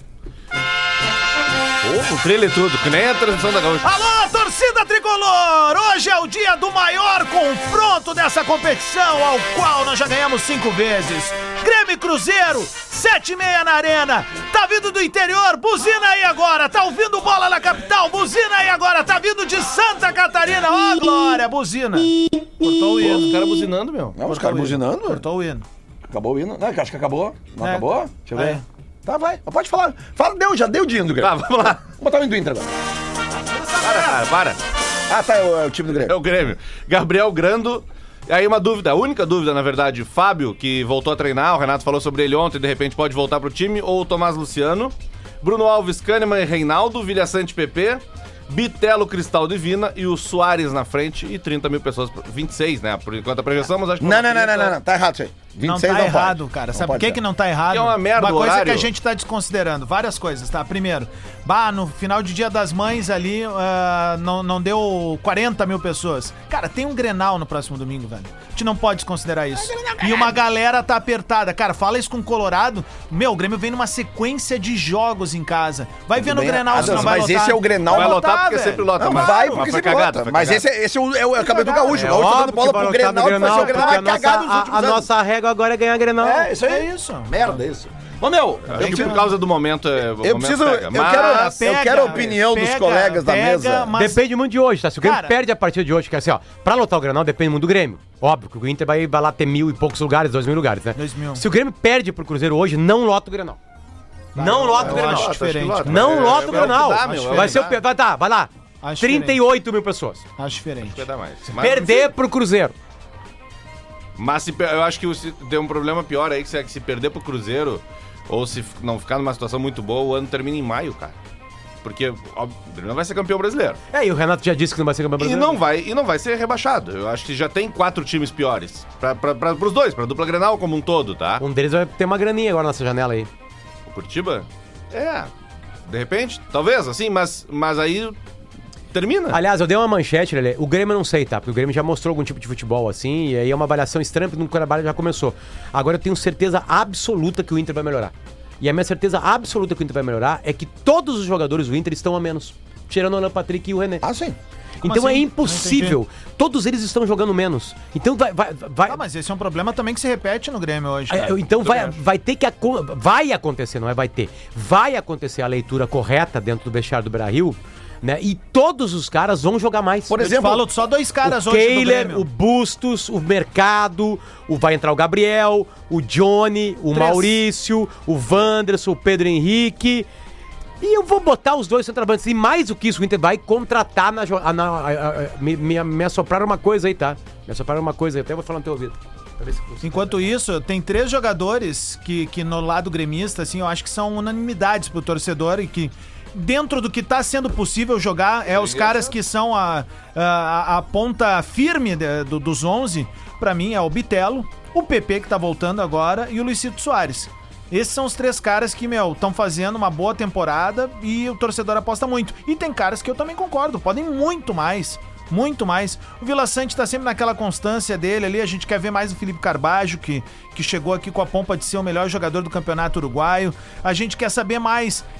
Oh, o trailer e tudo, que nem a transmissão da Gaúcha. Alô, torcida tricolor! Hoje é o dia do maior confronto dessa competição, ao qual nós já ganhamos cinco vezes. Grêmio e Cruzeiro, sete e meia na arena. Tá vindo do interior, buzina aí agora. Tá ouvindo bola na capital, buzina aí agora. Tá vindo de Santa Catarina, ó glória, buzina. Cortou o Pô, hino. os caras buzinando, meu. Não, os Cortou caras o hino. buzinando. Cortou o hino. Acabou o hino. Não, acho que acabou. Não É. acabou? Deixa eu ver. É. Tá, vai. Pode falar. Fala, deu, já deu o Dino do Grêmio. Tá, vamos lá. Vou botar o hino do Inter agora. Para, cara, para. Ah, tá, é o, é o time do É Grêmio. o Grêmio. Gabriel Grando. E aí uma dúvida, a única dúvida, na verdade, Fábio, que voltou a treinar, o Renato falou sobre ele ontem, de repente pode voltar pro time, ou o Tomás Luciano. Bruno Alves, Kahneman e Reinaldo, Vilhaçante P P, Bitelo, Cristal Divina e o Soares na frente e trinta mil pessoas, vinte e seis, né? Por enquanto a projeção, mas acho que... Não, não, não, não, não, não. Tá errado isso aí. Não vinte e seis tá não errado, pode. cara. Não Sabe por pode que ser. que não tá errado? Que é uma merda Uma o coisa horário. que a gente tá desconsiderando. Várias coisas, tá? Primeiro, bah, no final de Dia das Mães ali, ah, não, não deu quarenta mil pessoas. Cara, tem um Grenal no próximo domingo, velho. A gente não pode desconsiderar isso. E uma galera tá apertada. Cara, fala isso com o Colorado. Meu, o Grêmio vem numa sequência de jogos em casa. Vai ver no bem, Grenal se Adams, não vai mas lotar. esse é o Grenal. Vai lotar porque velho. sempre lota, Não, mas vai mas porque foi você cagado, cagada. foi Mas cagado. esse, é- esse é o, é o, é o campeonato do Gaúcho. É O Gaúcho tá dando óbvio bola que vai pro lotar Grenal, no que vai ser o Grenal, porque é a nossa, cagado nos a- últimos a anos. nossa régua agora é ganhar Grenal. É, isso aí. É isso. Merda, isso. Ô, meu, Acho eu que por causa do momento... É, o Eu momento preciso. pega. Eu Mas- quero, eu quero a opinião dos pega, colegas da pega, mesa. mas- Depende muito de hoje, tá? Se o Grêmio Cara- perde a partida de hoje, que é assim, ó, pra lotar o Grenal depende muito do Grêmio. Óbvio que o Inter vai, vai lá ter mil e poucos lugares, dois mil lugares, né? Dois mil. Se o Grêmio perde pro Cruzeiro hoje, não lota o Grenal. Não lota o eu Grenal. acho Lota, acho que diferente. lota. Não É, lota o é o Grenal. que dá, meu, é o Vai que ser o... dá. pe- Vai, tá, vai lá. Acho trinta e oito mil pessoas. Acho diferente. Vai dar mais. Mas- Perder pro Cruzeiro. Mas se, per- eu acho que o- se tem um problema pior aí, que se, é que se perder pro Cruzeiro, ou se f- não ficar numa situação muito boa, o ano termina em maio, cara. Porque, óbvio, ele não vai ser campeão brasileiro. É, e o Renato já disse que não vai ser campeão E brasileiro. não, vai, e não vai ser rebaixado. Eu acho que já tem quatro times piores. Pra, pra, pra, pros dois, pra dupla Grenal como um todo, tá? Um deles vai ter uma graninha agora nessa janela aí. O Curitiba? É. De repente, talvez, assim, mas, mas aí termina. Aliás, eu dei uma manchete, Lelê. O Grêmio eu não sei, tá? Porque o Grêmio já mostrou algum tipo de futebol assim, e aí é uma avaliação estranha, porque no trabalho já começou. Agora eu tenho certeza absoluta que o Inter vai melhorar. E a minha certeza absoluta que o Inter vai melhorar é que todos os jogadores do Inter estão a menos. Tirando o Alan Patrick e o René. Ah, sim. Então assim? é impossível. Todos eles estão jogando menos. Então vai... vai, vai Ah, mas esse é um problema também que se repete no Grêmio hoje. é, cara. então vai, vai ter que... acon- Vai acontecer, não é vai ter. Vai acontecer a leitura correta dentro do vestiário do Beira-Rio, né? E todos os caras vão jogar mais. Por Eu te exemplo, falo só dois caras o hoje do Kehler, Grêmio. o Bustos, o Mercado, o vai entrar o Gabriel, o Johnny, o Três. Maurício, o Wanderson, o Pedro Henrique. E eu vou botar os dois centroavantes. E mais do que isso, o Inter vai contratar na... jo- na- a- a- a- me, me, me assopraram uma coisa aí, tá? Me assopraram uma coisa aí, até vou falar no teu ouvido. Pra ver se consigo. Enquanto isso, tem três jogadores que, que no lado gremista, assim, eu acho que são unanimidades pro torcedor e que dentro do que tá sendo possível jogar, é os caras que são a, a, a ponta firme de- do- dos onze, pra mim é o Bitelo, o P P que tá voltando agora e o Luizito Soares. Esses são os três caras que, meu, estão fazendo uma boa temporada e o torcedor aposta muito. E tem caras que eu também concordo, podem muito mais. Muito mais. O Vila Sante tá sempre naquela constância dele ali. A gente quer ver mais o Felipe Carbajo, que, que chegou aqui com a pompa de ser o melhor jogador do campeonato uruguaio. A gente quer saber mais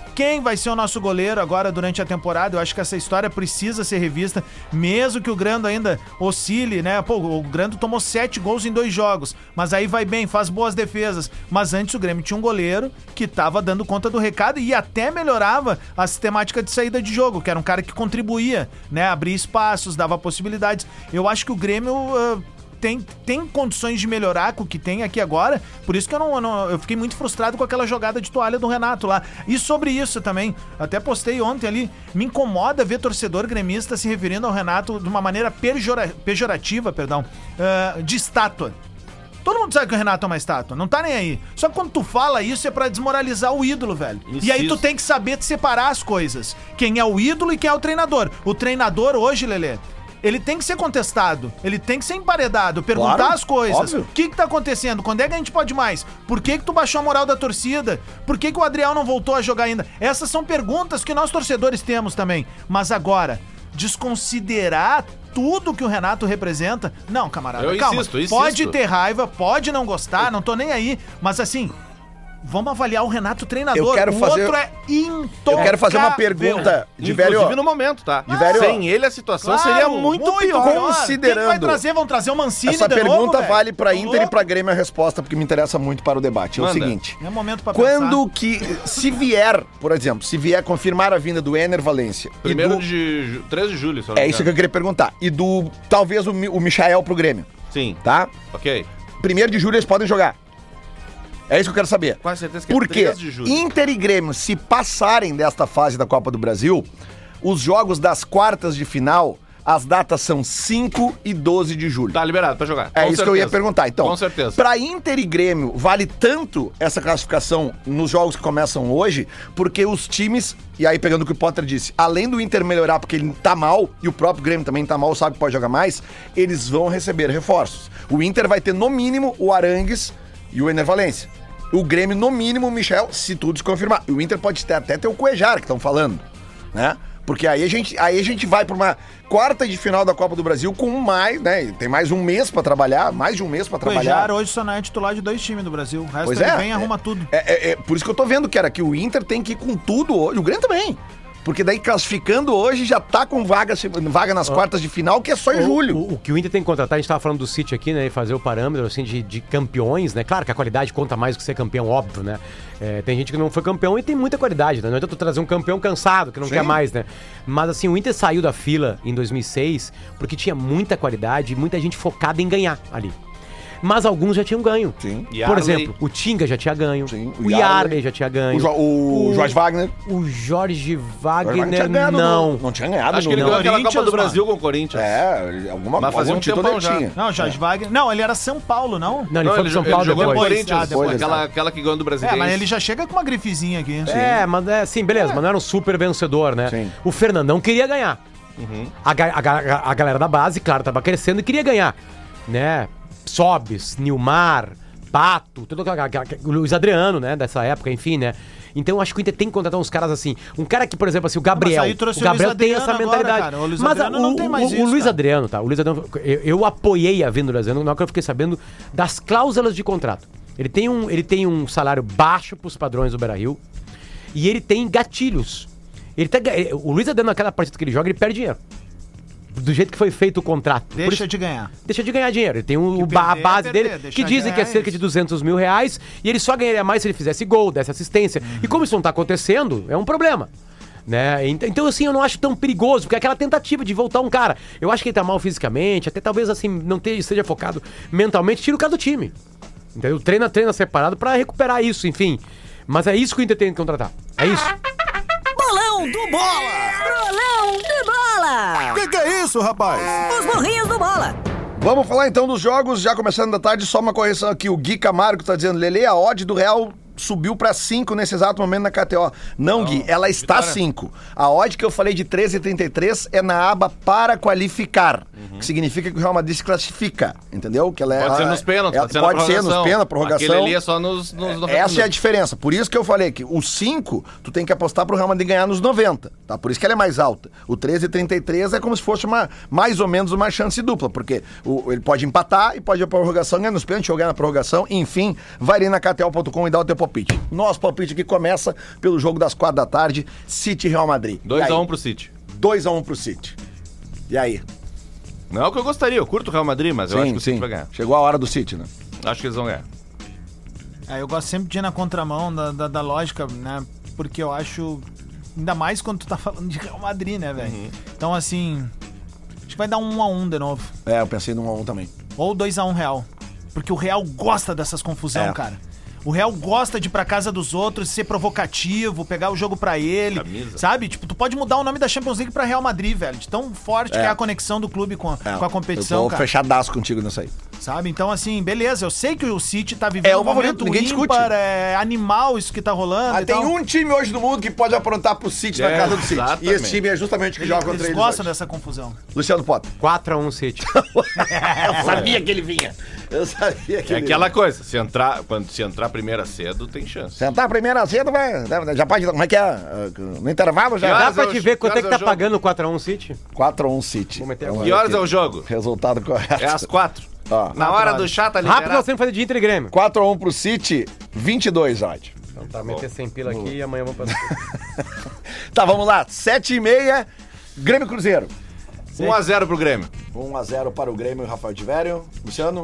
Quem vai ser o nosso goleiro agora durante a temporada? Eu acho que essa história precisa ser revista, mesmo que o Grando ainda oscile, né? Pô, o Grando tomou sete gols em dois jogos, mas aí vai bem, faz boas defesas. Mas antes o Grêmio tinha um goleiro que tava dando conta do recado e até melhorava a sistemática de saída de jogo, que era um cara que contribuía, né? Abria espaços, dava possibilidades. Eu acho que o Grêmio... Uh, Tem, tem condições de melhorar com o que tem aqui agora, por isso que eu não, eu não eu fiquei muito frustrado com aquela jogada de toalha do Renato lá. E sobre isso também, até postei ontem ali, me incomoda ver torcedor gremista se referindo ao Renato de uma maneira pejora, pejorativa, perdão, uh, de estátua. Todo mundo sabe que o Renato é uma estátua, não tá nem aí. Só que quando tu fala isso é pra desmoralizar o ídolo, velho. Isso, e aí tu tem que saber separar as coisas. Quem é o ídolo e quem é o treinador. O treinador hoje, Lelê, ele tem que ser contestado, ele tem que ser emparedado, perguntar claro, as coisas. O que que tá acontecendo? Quando é que a gente pode mais? Por que que tu baixou a moral da torcida? Por que que o Adriel não voltou a jogar ainda? Essas são perguntas que nós torcedores temos também. Mas agora, desconsiderar tudo que o Renato representa? Não, camarada, eu calma. Insisto, insisto. Pode ter raiva, pode não gostar, não tô nem aí. Mas assim... Vamos avaliar o Renato treinador. Eu quero o fazer... outro é intocável. Eu quero fazer uma pergunta de velho. Inclusive no momento, tá? De velho. Sem ele a situação Claro, seria muito, muito pior. pior. Considerando. Quem vai trazer? Vão trazer o Mancini Essa de pergunta novo, vale pra Tô Inter louco. e pra Grêmio a resposta, porque me interessa muito para o debate. É Manda. o seguinte. É momento pra Quando pensar. que, se vier, por exemplo, se vier confirmar a vinda do Ener Valencia e Primeiro do... de... ju- três de julho, só não É me isso que engano. eu queria perguntar. E do, talvez, o, Mi- o Michael pro Grêmio, Sim, tá? ok. Primeiro de julho eles podem jogar. É isso que eu quero saber. Quase certeza que Por é quê? três de julho. Inter e Grêmio, se passarem desta fase da Copa do Brasil, os jogos das quartas de final, as datas são cinco e doze de julho. Tá liberado pra jogar. É Com isso certeza. que eu ia perguntar. Então, Com certeza. pra Inter e Grêmio, vale tanto essa classificação nos jogos que começam hoje, porque os times, e aí pegando o que o Potter disse, além do Inter melhorar porque ele tá mal, e o próprio Grêmio também tá mal, sabe que pode jogar mais, eles vão receber reforços. O Inter vai ter, no mínimo, o Arangues e o Ener Valencia. O Grêmio, no mínimo, o Michel, se tudo se confirmar. O Inter pode ter, até ter o Cuejar, que estão falando, né? Porque aí a gente, aí a gente vai pra uma quarta de final da Copa do Brasil com mais, né? Tem mais um mês pra trabalhar, mais de um mês pra O trabalhar. Cuejar hoje só não é titular de dois times do Brasil. O resto Pois ele é, vem e é, arruma tudo. É, é, é por isso que eu tô vendo, cara, que o Inter tem que ir com tudo hoje. O Grêmio também. Porque daí classificando hoje já tá com vaga, vaga nas quartas de final, que é só em O- julho. O, o que o Inter tem que contratar, a gente tava falando do City aqui, né? E fazer o parâmetro, assim, de, de campeões, né? Claro que a qualidade conta mais do que ser campeão, óbvio, né? É, tem gente que não foi campeão e tem muita qualidade, né? Não adianta tu trazer um campeão cansado, que não Sim. quer mais, né? Mas, assim, o Inter saiu da fila em dois mil e seis porque tinha muita qualidade e muita gente focada em ganhar ali. Mas alguns já tinham ganho. Sim. Por Yarley. exemplo, o Tinga já tinha ganho. Sim, o O Yarley. Yarley já tinha ganho. O, Jo- o O- Jorge Wagner. O Jorge O Jorge Wagner, Wagner tinha ganhado não. no- não tinha ganhado Acho que ele no- ganhou aquela Corinthians, Copa do mano. Brasil com o Corinthians. É, ele- alguma Mas fazia algum um título tempão ele já. tinha. Não, o Jorge Wagner... Não, ele era São Paulo, não? Não, ele Não, foi pro São Paulo jogou no depois. depois. Corinthians. Ah, depois. aquela, aquela que ganhou do É, Brasileiro. mas ele já chega com uma grifezinha aqui. É, mas é, sim, beleza, mas não era um super vencedor, né? Sim. O Fernandão queria ganhar. Uhum. A, ga- a ga- a galera da base, claro, tava crescendo e queria ganhar, né? Sobes, Nilmar, Pato, todo aquela, aquela- o Luiz Adriano, né? Dessa época, enfim, né? Então eu acho que o Inter tem que contratar uns caras assim. Um cara que, por exemplo, assim, o Gabriel. aí trouxe o Gabriel o Luiz tem essa Adriano agora, mentalidade. cara. O Luiz mas Adriano a- não o, tem mais o, isso, o Luiz cara. Adriano, tá? O Luiz Adriano, eu, eu apoiei a vinda do Luiz Adriano na hora que eu fiquei sabendo das cláusulas de contrato. Ele tem um, ele tem um salário baixo pros padrões do Beira-Rio e ele tem gatilhos. Ele tá, ga- o Luiz Adriano, naquela partida que ele joga, ele perde dinheiro. Do jeito que foi feito o contrato. Por Deixa isso- de ganhar. deixa de ganhar dinheiro. Ele tem um, Que o ba- a perder é base perder, dele, deixar que de dizem que é ganhar cerca é de isso. duzentos mil reais, e ele só ganharia mais se ele fizesse gol, desse assistência. E como isso não tá acontecendo, é um problema. Né? Ent- Então, assim, eu não acho tão perigoso, porque é aquela tentativa de voltar um cara. Eu acho que ele tá mal fisicamente, até talvez, assim, não te- esteja focado mentalmente, tira o cara do time. Entendeu? Treina, treina separado pra recuperar isso, enfim. Mas é isso que o Inter tem que contratar. É isso. Bolão do Bola! Bolão do Bola! Que que é isso, rapaz? Os burrinhos do Bola! Vamos falar então dos jogos, já começando da tarde, só uma correção aqui. O Gui Camargo tá dizendo, Lele, a odd do Real subiu pra cinco nesse exato momento na K T O. Não, Gui, ela está cinco. A odd que eu falei de treze e trinta e três é na aba para qualificar. que significa que o Real Madrid se classifica, entendeu? Que ela é, Pode ser ela- nos pênaltis, ela- pode ser pode na ser nos prorrogação. pênaltis, prorrogação. Aquele ali é só nos, nos noventa Essa é a minutos. diferença. Por isso que eu falei que o cinco, tu tem que apostar pro Real Madrid ganhar nos noventa, tá? Por isso que ela é mais alta. O treze e trinta e três é como se fosse uma, mais ou menos uma chance dupla, porque o- ele pode empatar e pode ir pra prorrogação, ganhar nos pênaltis, jogar na prorrogação, enfim, vai ali na K T O ponto com e dá o teu palpite. Nosso palpite aqui começa pelo jogo das quatro da tarde, City e Real Madrid. dois a um pro City. dois a um pro City. E aí? Não é o que eu gostaria, eu curto o Real Madrid, mas eu acho que o City vai ganhar. Chegou a hora do City, né? Acho que eles vão ganhar. É, eu gosto sempre de ir na contramão da, da, da lógica, né? Porque eu acho. Ainda mais quando tu tá falando de Real Madrid, né, velho? Uhum. Então, assim. Acho que vai dar um 1 a um de novo. É, eu pensei no um a um também. Ou dois a um Real. Porque o Real gosta dessas confusão, É. cara. O Real gosta de ir pra casa dos outros, ser provocativo, pegar o jogo pra ele, Camisa. sabe? Tipo, tu pode mudar o nome da Champions League pra Real Madrid, velho. De tão forte É. que é a conexão do clube com, É, com a competição, eu tô cara. fechadaço contigo nessa aí. Sabe? Então, assim, beleza. Eu sei que o City tá vivendo É o um favorito, momento ninguém discute. ímpar, é animal isso que tá rolando Ah, e tem tal. um time hoje no mundo que pode aprontar pro City na É, casa do City. exatamente. E esse time é justamente o que joga contra Eles eles gostam hoje. dessa confusão. Luciano Potter. quatro a um City. Eu sabia que ele vinha. Eu sabia que É ele aquela coisa, se entrar, quando se entrar primeira cedo, tem chance. Sentar a primeira cedo, vai. Já pode. Como é que é? No intervalo já. Que Dá horas pra é o- te ver quanto é que que tá horas é o jogo? pagando o quatro a um City? quatro a um City. Vou meter Vamos Que ver horas aqui. é o jogo? Resultado correto. É às quatro. Ó, Na hora do chá tá Rápido, nós liberado. temos que fazer de Inter e Grêmio. quatro a um pro City, vinte e dois, ódio. Então tá, meter cem pila aqui e amanhã vamos pra... Tá, vamos lá. sete e meia, Grêmio Cruzeiro. um a zero pro Grêmio. um a zero para o Grêmio e Rafael Tivério. Luciano,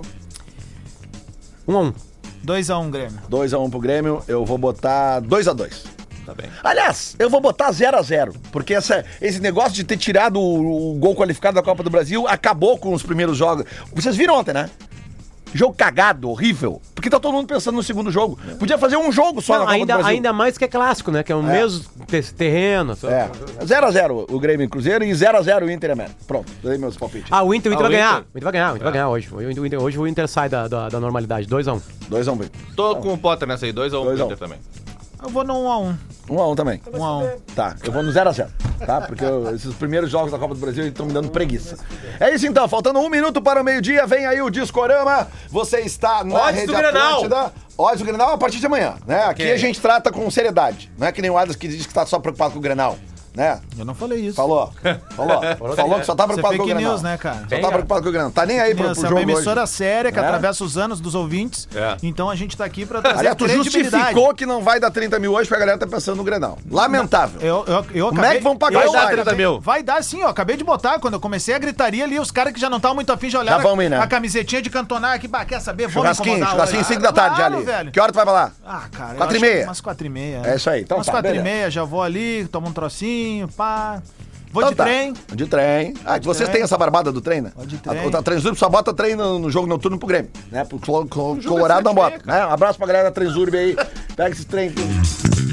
um a um. dois a um Grêmio. dois a um pro Grêmio. Eu vou botar dois a dois. Tá bem. Aliás, eu vou botar zero a zero, porque essa, esse negócio de ter tirado o, o gol qualificado da Copa do Brasil acabou com os primeiros jogos. Vocês viram ontem, né? Jogo cagado, horrível. Porque tá todo mundo pensando no segundo jogo. Podia fazer um jogo só Não, na Copa ainda, do Brasil. ainda mais que é clássico, né? Que é o mesmo te- terreno. só- É, zero a zero o Grêmio e Cruzeiro e zero a zero o Inter e América. Pronto, dei meus palpites. Ah, o Inter, o Inter Ah, vai o ganhar. Inter. O Inter vai ganhar, o Inter vai ganhar hoje. O Inter- o Inter- hoje o Inter sai da, da, da normalidade. dois a um. dois a um. Tô com o Potter nessa aí, dois a um dois a pro um. Inter também. Eu vou no um a um. um a um também. um a um. Tá, eu vou no zero a zero, tá? Porque eu- esses primeiros jogos da Copa do Brasil estão me dando preguiça. É isso então, faltando um minuto para o meio-dia, vem aí o Discorama. Você está na Odds Rede do Grenal. Atlântida. Odds do Grenal a partir de amanhã, né? Aqui Ok. a gente trata com seriedade. Não é que nem o Adams que diz que está só preocupado com o Grenal, né? Eu não falei isso. Falou, falou. Falou que só tá Isso é preocupado com o fake Grenal. news, né, cara? Só tá preocupado com o Grenal. Tá nem aí pro, Isso pro é uma jogo emissora hoje. séria que É? atravessa os anos dos ouvintes. É. Então a gente tá aqui pra trazer Aliás, tu credibilidade. justificou que não vai dar trinta mil hoje porque a galera tá pensando no Grenal. Lamentável. Eu, eu, eu Como é que vão pagar eu o salário? acabei- trinta mil? Vai dar sim, ó. Acabei de botar. Quando eu comecei a gritaria ali, os caras que já não estavam muito afim de olhar Já vamos ir, né? a camisetinha de cantonar aqui. Bah, quer saber? Vamos Churrasquinho, incomodar churrasquinho hoje. cinco da tarde já Claro, ali. velho. Que hora tu vai pra lá? Ah, cara. eu Quatro e acho que meia? Umas quatro e meia. É isso aí, então Umas tá, quatro e beleza. meia, já vou ali, tomo um trocinho, pá. Vou Então de tá. trem. De trem. Ah, vocês trem. têm essa barbada do trem, né? Vou de A, trem. a Transurb só bota trem no, no jogo noturno pro Grêmio, né? Pro Colo- Colo- Colorado não bota, né? Um abraço pra galera da Transurb aí. Pega esse trem.